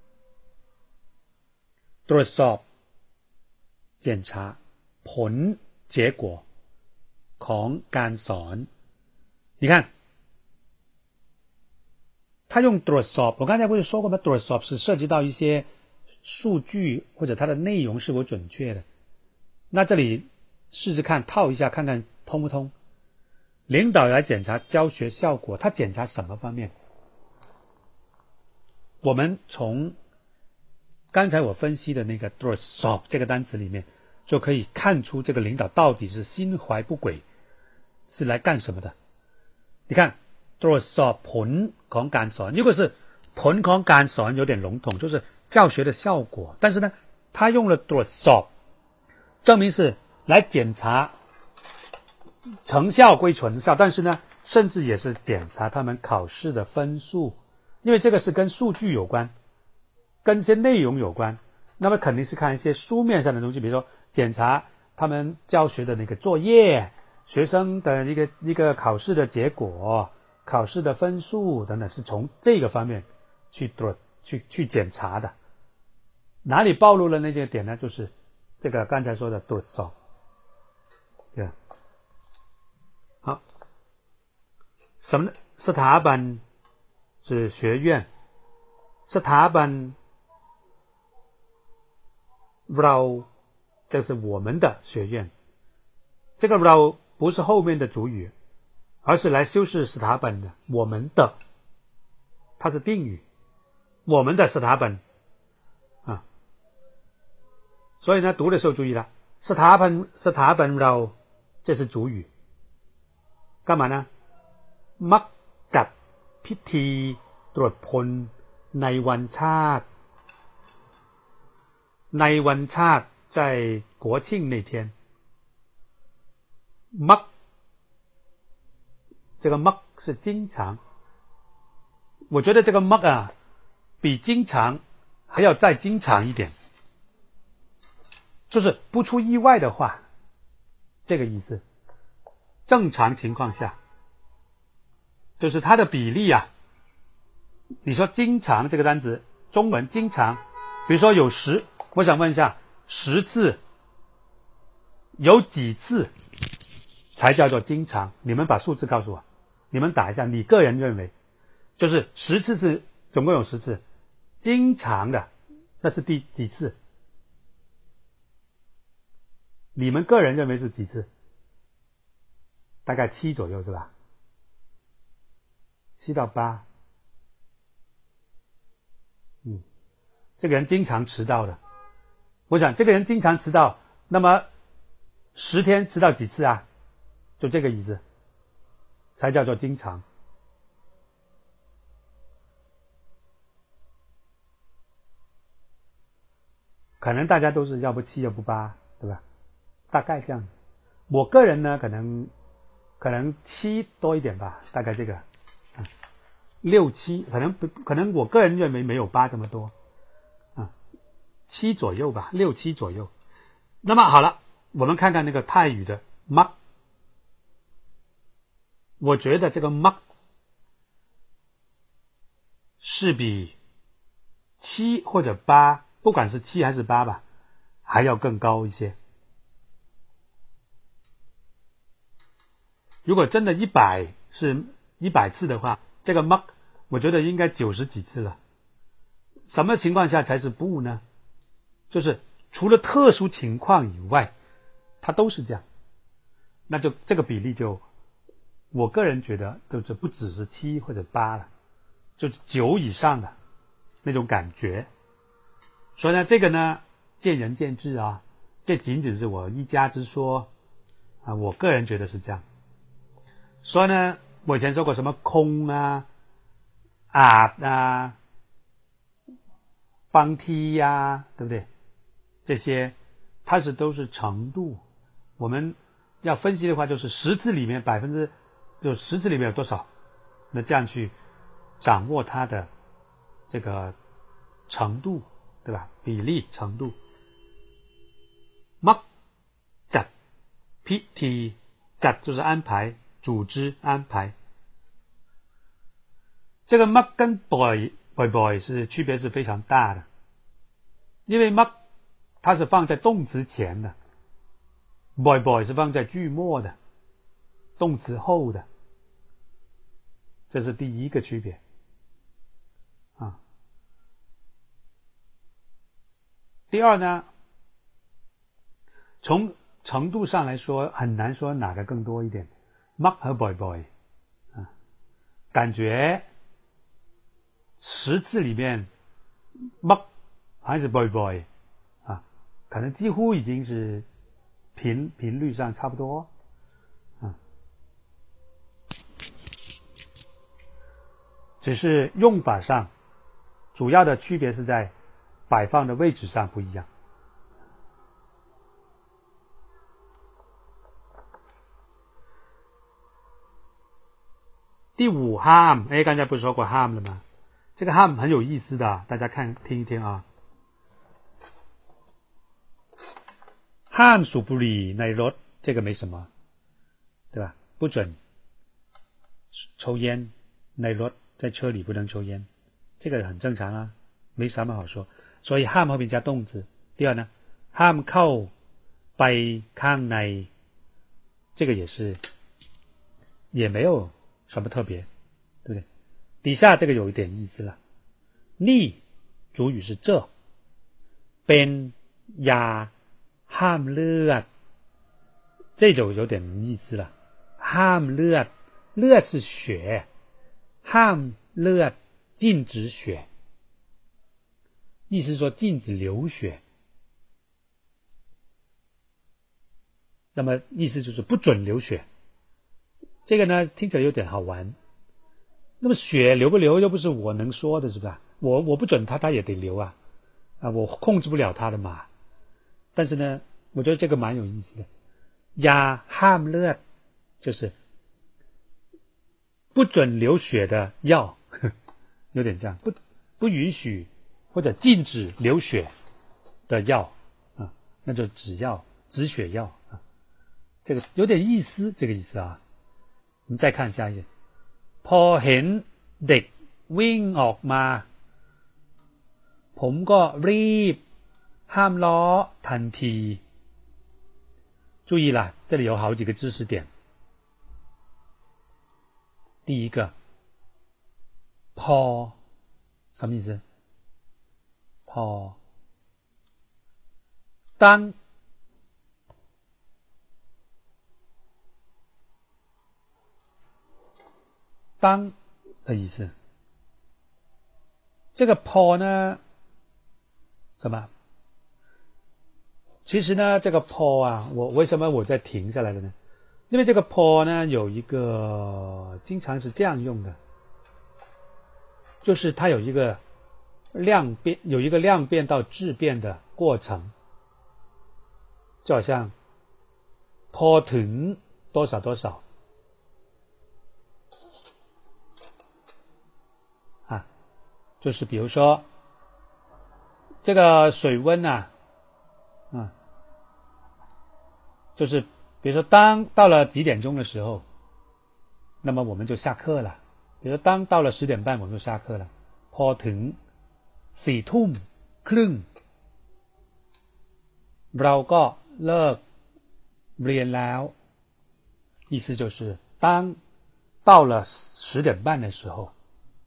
ตรวจสอบ检查ผล结果ของการสอน你看他用ตรวจสอบ我刚才不是说过吗？ตรวจสอบ是涉及到一些数据或者它的内容是否准确的，那这里试试看套一下看看通不通。领导来检查教学效果，他检查什么方面？我们从刚才我分析的那个ตรวจสอบ这个单词里面就可以看出这个领导到底是心怀不轨，是来干什么的。你看ตรวจสอบผลของการสอน，如果是ผลของการสอน有点笼统，就是教学的效果，但是呢他用了ตรวจสอบ证明是来检查成效归成效，但是呢甚至也是检查他们考试的分数，因为这个是跟数据有关，跟一些内容有关，那么肯定是看一些书面上的东西，比如说检查他们教学的那个作业，学生的一个一个考试的结果，考试的分数等等，是从这个方面去去去检查的。哪里暴露了那些点呢？就是这个刚才说的ตรวจสอบ，对吧？好，什么呢？สถาบัน是学院，สถาบันเรา这是我们的学院，这个เรา不是后面的主语，而是来修饰สถาบัน的我们的，它是定语，我们的สถาบัน啊，所以呢读的时候注意了，สถาบันสถาบันเรา这是主语，干嘛呢？มักจัดพิธีตรวจพลในวันชาติในวันชาติ在国庆那天มัก这个มัก是经常，我觉得这个มัก啊比经常还要再经常一点，就是不出意外的话，这个意思。正常情况下就是它的比例啊，你说经常这个单词中文经常，比如说有十，我想问一下十次有几次才叫做经常？你们把数字告诉我，你们打一下你个人认为，就是十次是总共有十次，经常的那是第几次？你们个人认为是几次？大概七左右是吧？七到八。嗯，这个人经常迟到的，我想这个人经常迟到，那么十天迟到几次啊？就这个意思，才叫做经常。可能大家都是要不七要不八，对吧？大概这样子。我个人呢，可能可能七多一点吧，大概这个。嗯， 六七，可能不可能我个人认为没有八这么多啊，七左右吧，六七左右。那么好了，我们看看那个泰语的 mak， 我觉得这个 mak 是比七或者八，不管是七还是八吧，还要更高一些。如果真的一百是一百次的话，这个 mak 我觉得应该九十几次了。什么情况下才是不呢？就是除了特殊情况以外，它都是这样。那就这个比例就，我个人觉得就是不只是七或者八了，就是九以上的那种感觉。所以呢，这个呢见仁见智啊，这仅仅是我一家之说啊，我个人觉得是这样。所以呢，我以前说过什么空啊、啊啊、邦梯呀，对不对？这些它是都是程度。我们要分析的话，就是十次里面百分之就十次里面有多少，那这样去掌握它的这个程度，对吧？比例程度。mak จัดพิธีจัด就是安排、组织、安排。这个 mak 跟 boy boy boy 是区别是非常大的，因为 mak 它是放在动词前的， boy boy 是放在句末的，动词后的，这是第一个区别啊。第二呢，从程度上来说，很难说哪个更多一点 ，mak 和 boy boy 啊，感觉十次里面 mak 还是 boy boy 啊，可能几乎已经是频频率上差不多啊，只是用法上主要的区别是在摆放的位置上不一样。第五 ham， 哎，刚才不是说过 ham 了吗？这个 ham 很有意思的，大家看听一听啊。ham สูบบุหรี่ในรถ，这个没什么，对吧？不准抽烟，ในรถ在车里不能抽烟，这个很正常啊，没什么好说。所以 ham 后面加动词。第二呢 ，ham เข้าไปข้างใน，这个也是也没有什么特别，对不对？底下这个有一点意思了。นี่主语是这，เป็นยาห้ามเลือด，这就有点意思了。ห้ามเลือด，เลือด是血，ห้ามเลือด禁止血，意思是说禁止流血。那么意思就是不准流血。这个呢听起来有点好玩。那么血流不流又不是我能说的，是吧？我我不准他，他也得流啊，啊，我控制不了他的嘛。但是呢，我觉得这个蛮有意思的。ยาห้ามเลือด就是不准流血的药，有点像不不允许或者禁止流血的药啊，那就止药止血药啊，这个有点意思，这个意思啊。我们再看下一页。พอเห็นเด็กวิ่งออกมาผมก็รีบห้ามล้อทันที注意啦，这里有好几个知识点。第一个พอ什么意思？พอ当当的意思。这个 po 呢什么？其实呢这个 po 啊，我为什么我在停下来的呢？因为这个 po 呢有一个经常是这样用的，就是它有一个量变，有一个量变到质变的过程，就好像 พอถึง多少多少就是比如说这个水温啊，嗯，就是比如说当到了几点钟的时候，那么我们就下课了。比如说当到了十点半，我们就下课了。พอถึงสี่ทุ่มครึ่งเราก็เลิกเรียนแล้ว，意思就是当到了十点半的时候，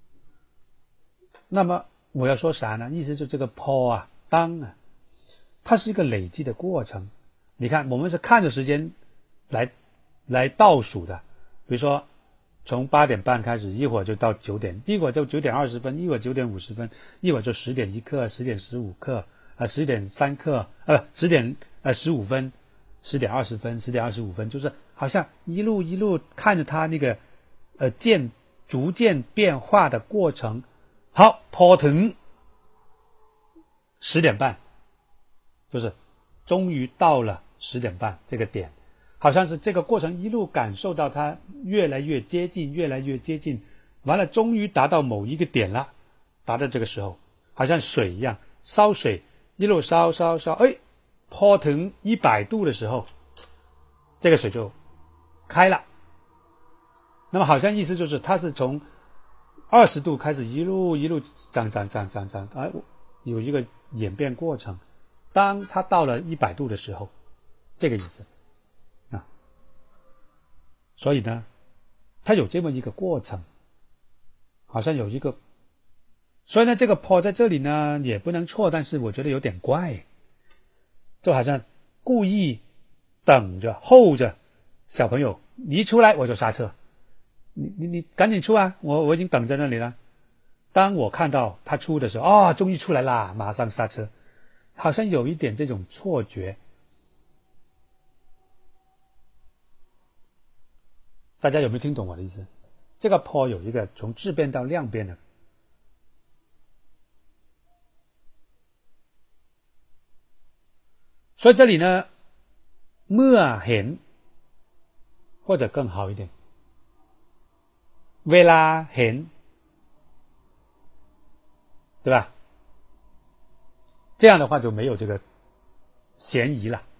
那么我要说啥呢？意思就这个พอ啊，当啊，它是一个累积的过程。你看，我们是看着时间来来倒数的，比如说从八点半开始，一会儿就到九点，一会儿就九点二十分，一会儿九点五十分，一会儿就十点一刻，十点十五刻，啊，十点三刻，呃，十点呃十五分，十点二十分，十点二十五分，就是好像一路一路看着它那个呃渐逐渐变化的过程。好，พอถึง十点半，就是终于到了十点半这个点。好像是这个过程一路感受到它越来越接近，越来越接近，完了终于达到某一个点了，达到这个时候，好像水一样，烧水一路烧烧烧，哎，พอถึง一百度的时候，这个水就开了。那么好像意思就是它是从二十度开始一路一路涨涨涨涨涨，哎，有一个演变过程。当它到了一百度的时候，这个意思。所以呢，它有这么一个过程，好像有一个，所以呢，这个พอ在这里呢也不能错，但是我觉得有点怪，就好像故意等着候着小朋友你一出来我就刹车，你你你赶紧出啊，我我已经等在那里了。当我看到他出的时候，啊、哦，终于出来啦，马上刹车，好像有一点这种错觉。大家有没有听懂我的意思？这个พอ有一个从质变到量变的，所以这里呢，เมื่อเห็น或者更好一点，เวลาเห็น，对吧？这样的话就没有这个嫌疑了。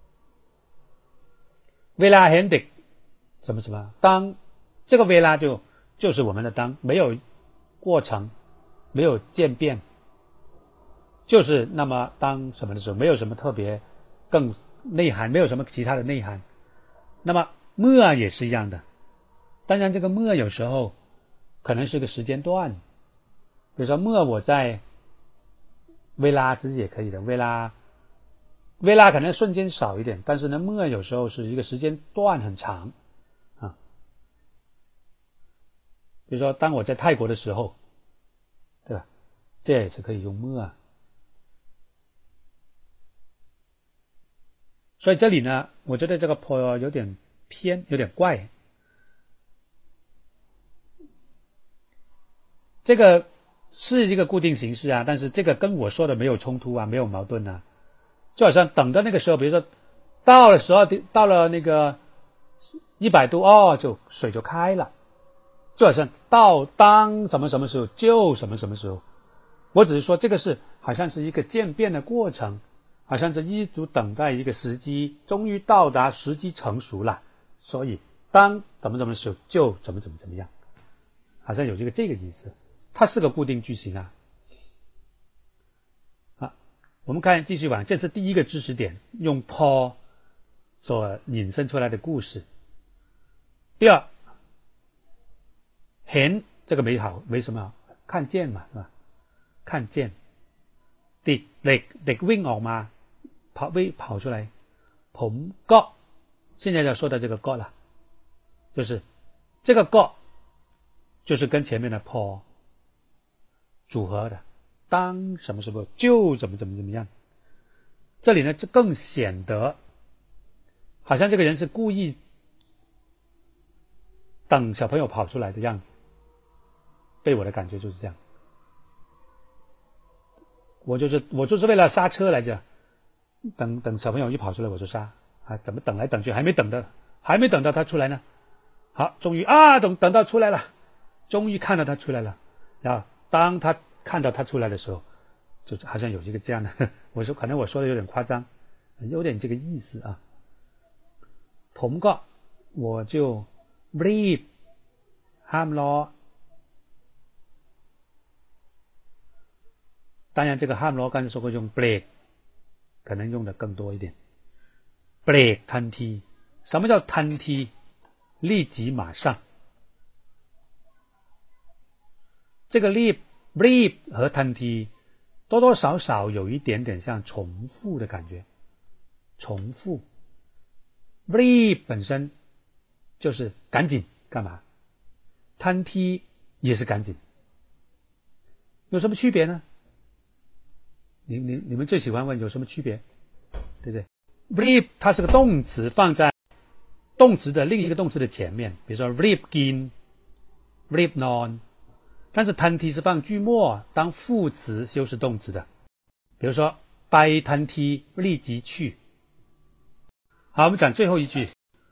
เวลาเห็นเด็ก什么什么当，这个เวลา就就是我们的当，没有过程，没有渐变，就是那么当什么的时候，没有什么特别更内涵，没有什么其他的内涵。那么เมื่อ也是一样的，当然这个เมื่อ有时候可能是个时间段，比如说เมื่อ我在เวลา其实也可以的，เวลาเวลา可能瞬间少一点，但是呢เมื่อ有时候是一个时间段很长。比如说当我在泰国的时候，对吧，这也是可以用เมื่อ。所以这里呢我觉得这个พอ有点偏，有点怪。这个是一个固定形式啊，但是这个跟我说的没有冲突啊，没有矛盾啊。就好像等到那个时候，比如说到了十二点，到了那个一百度，哦，就水就开了。就好像到当什么什么时候就什么什么时候，我只是说这个是好像是一个渐变的过程，好像是一直等待一个时机，终于到达时机成熟了，所以当怎么怎么时候就怎么怎么怎么样，好像有这个这个意思，它是个固定句型啊。啊，我们看继续往，这是第一个知识点，用พอ所引申出来的故事。第二。เห็น这个没好没什么好，看见嘛，是吧？看见เด็กเด็กเด็กวิ่งออกมา跑วิ่ง跑出来，ผมก็现在要说的这个ก็了，就是这个ก็就是跟前面的พอ组合的，当什么什么就怎么怎么怎么样。这里呢就更显得好像这个人是故意等小朋友跑出来的样子，被我的感觉就是这样。我就是我就是为了刹车来着，等等小朋友一跑出来我就刹，啊，怎么等来等去还没等到，还没等到他出来呢？好，终于啊，等等到出来了，终于看到他出来了。然后当他看到它出来的时候，就好像有一个这样的，我说可能我说的有点夸张，有点这个意思啊。ผมก็我就รีบห้ามล้อ当然这个ห้ามล้อ刚才说过用 break 可能用的更多一点 break ทันที什么叫ทันที立即马上这个 รีบ รีบ和ทันที多多少少有一点点像重复的感觉重复 รีบ 本身就是赶紧干嘛ทันที也是赶紧有什么区别呢你你你们最喜欢问有什么区别对不对 reap 它是个动词放在动词的另一个动词的前面比如说 reap กิน reap นอน但是ทันที是放句末当副词修饰动词的比如说ไปทันที立即去好我们讲最后一句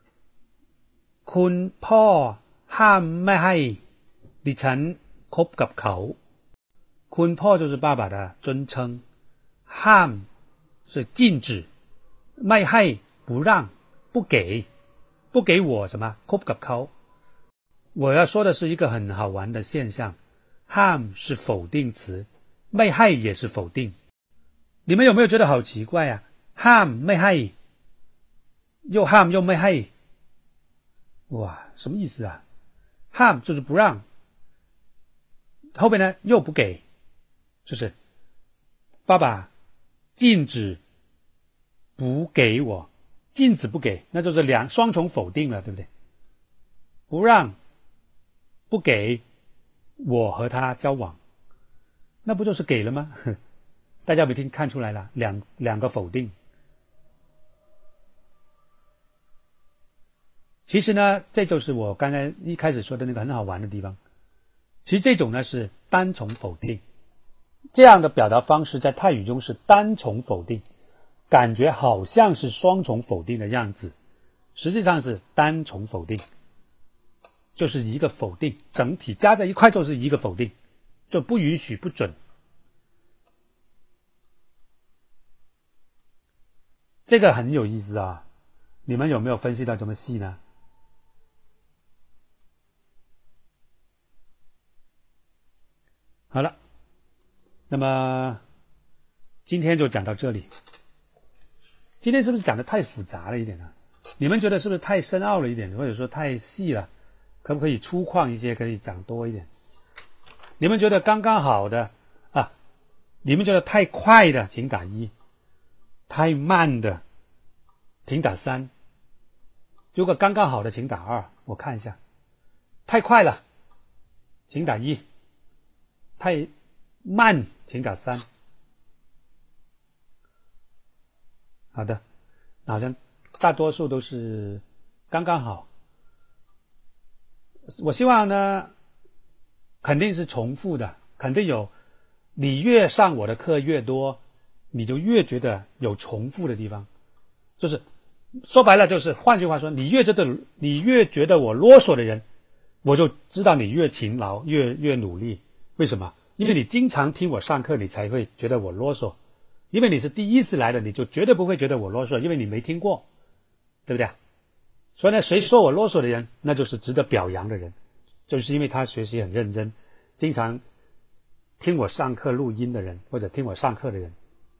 คุณพ่อห้ามไม่ให้ดิฉันคบกับเขาคุณพ่อ就是爸爸的尊称ห้าม是禁止ไม่ให้不让不给不给我什么คบกับเขา我要说的是一个很好玩的现象ห้าม是否定词ไม่ให้也是否定你们有没有觉得好奇怪啊ห้ามไม่ให้又ห้าม又ไม่ให้哇什么意思啊ห้าม就是不让后边呢又不给就是爸爸禁止不给我禁止不给那就是两双重否定了对不对不让不给我和他交往那不就是给了吗大家有没有听看出来了两两个否定其实呢这就是我刚才一开始说的那个很好玩的地方其实这种呢是单重否定这样的表达方式在泰语中是单重否定感觉好像是双重否定的样子实际上是单重否定就是一个否定整体加在一块就是一个否定就不允许不准这个很有意思啊你们有没有分析到这么细呢好了那么今天就讲到这里今天是不是讲的太复杂了一点呢你们觉得是不是太深奥了一点或者说太细了可不可以粗犷一些可以讲多一点你们觉得刚刚好的啊你们觉得太快的请打一太慢的请打三如果刚刚好的请打二我看一下太快了请打一太慢请打三好的好像大多数都是刚刚好我希望呢肯定是重复的肯定有你越上我的课越多你就越觉得有重复的地方就是说白了就是换句话说你越觉得你越觉得我啰嗦的人我就知道你越勤劳越越努力为什么因为你经常听我上课你才会觉得我啰嗦因为你是第一次来的你就绝对不会觉得我啰嗦因为你没听过对不对所以呢谁说我啰嗦的人那就是值得表扬的人就是因为他学习很认真经常听我上课录音的人或者听我上课的人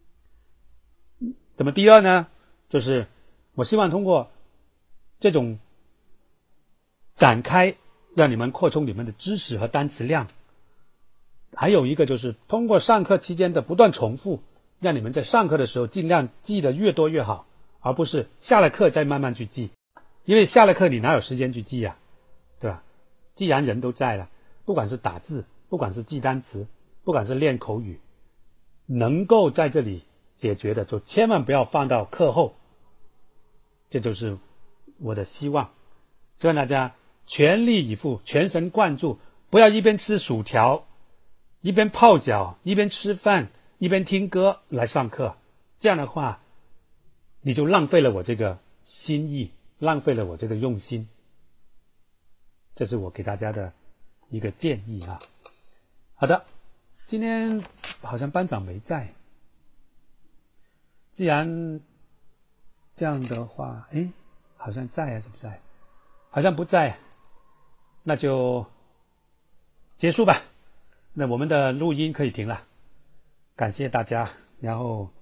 那么第二呢就是我希望通过这种展开让你们扩充你们的知识和单词量还有一个就是通过上课期间的不断重复让你们在上课的时候尽量记得越多越好而不是下了课再慢慢去记因为下了课你哪有时间去记啊对吧既然人都在了不管是打字不管是记单词不管是练口语能够在这里解决的就千万不要放到课后这就是我的希望希望大家全力以赴全神贯注不要一边吃薯条一边泡脚一边吃饭一边听歌来上课这样的话你就浪费了我这个心意浪费了我这个用心这是我给大家的一个建议啊好的今天好像班长没在。既然这样的话，诶，好像在还是不在？好像不在，那就结束吧。那我们的录音可以停了，感谢大家，然后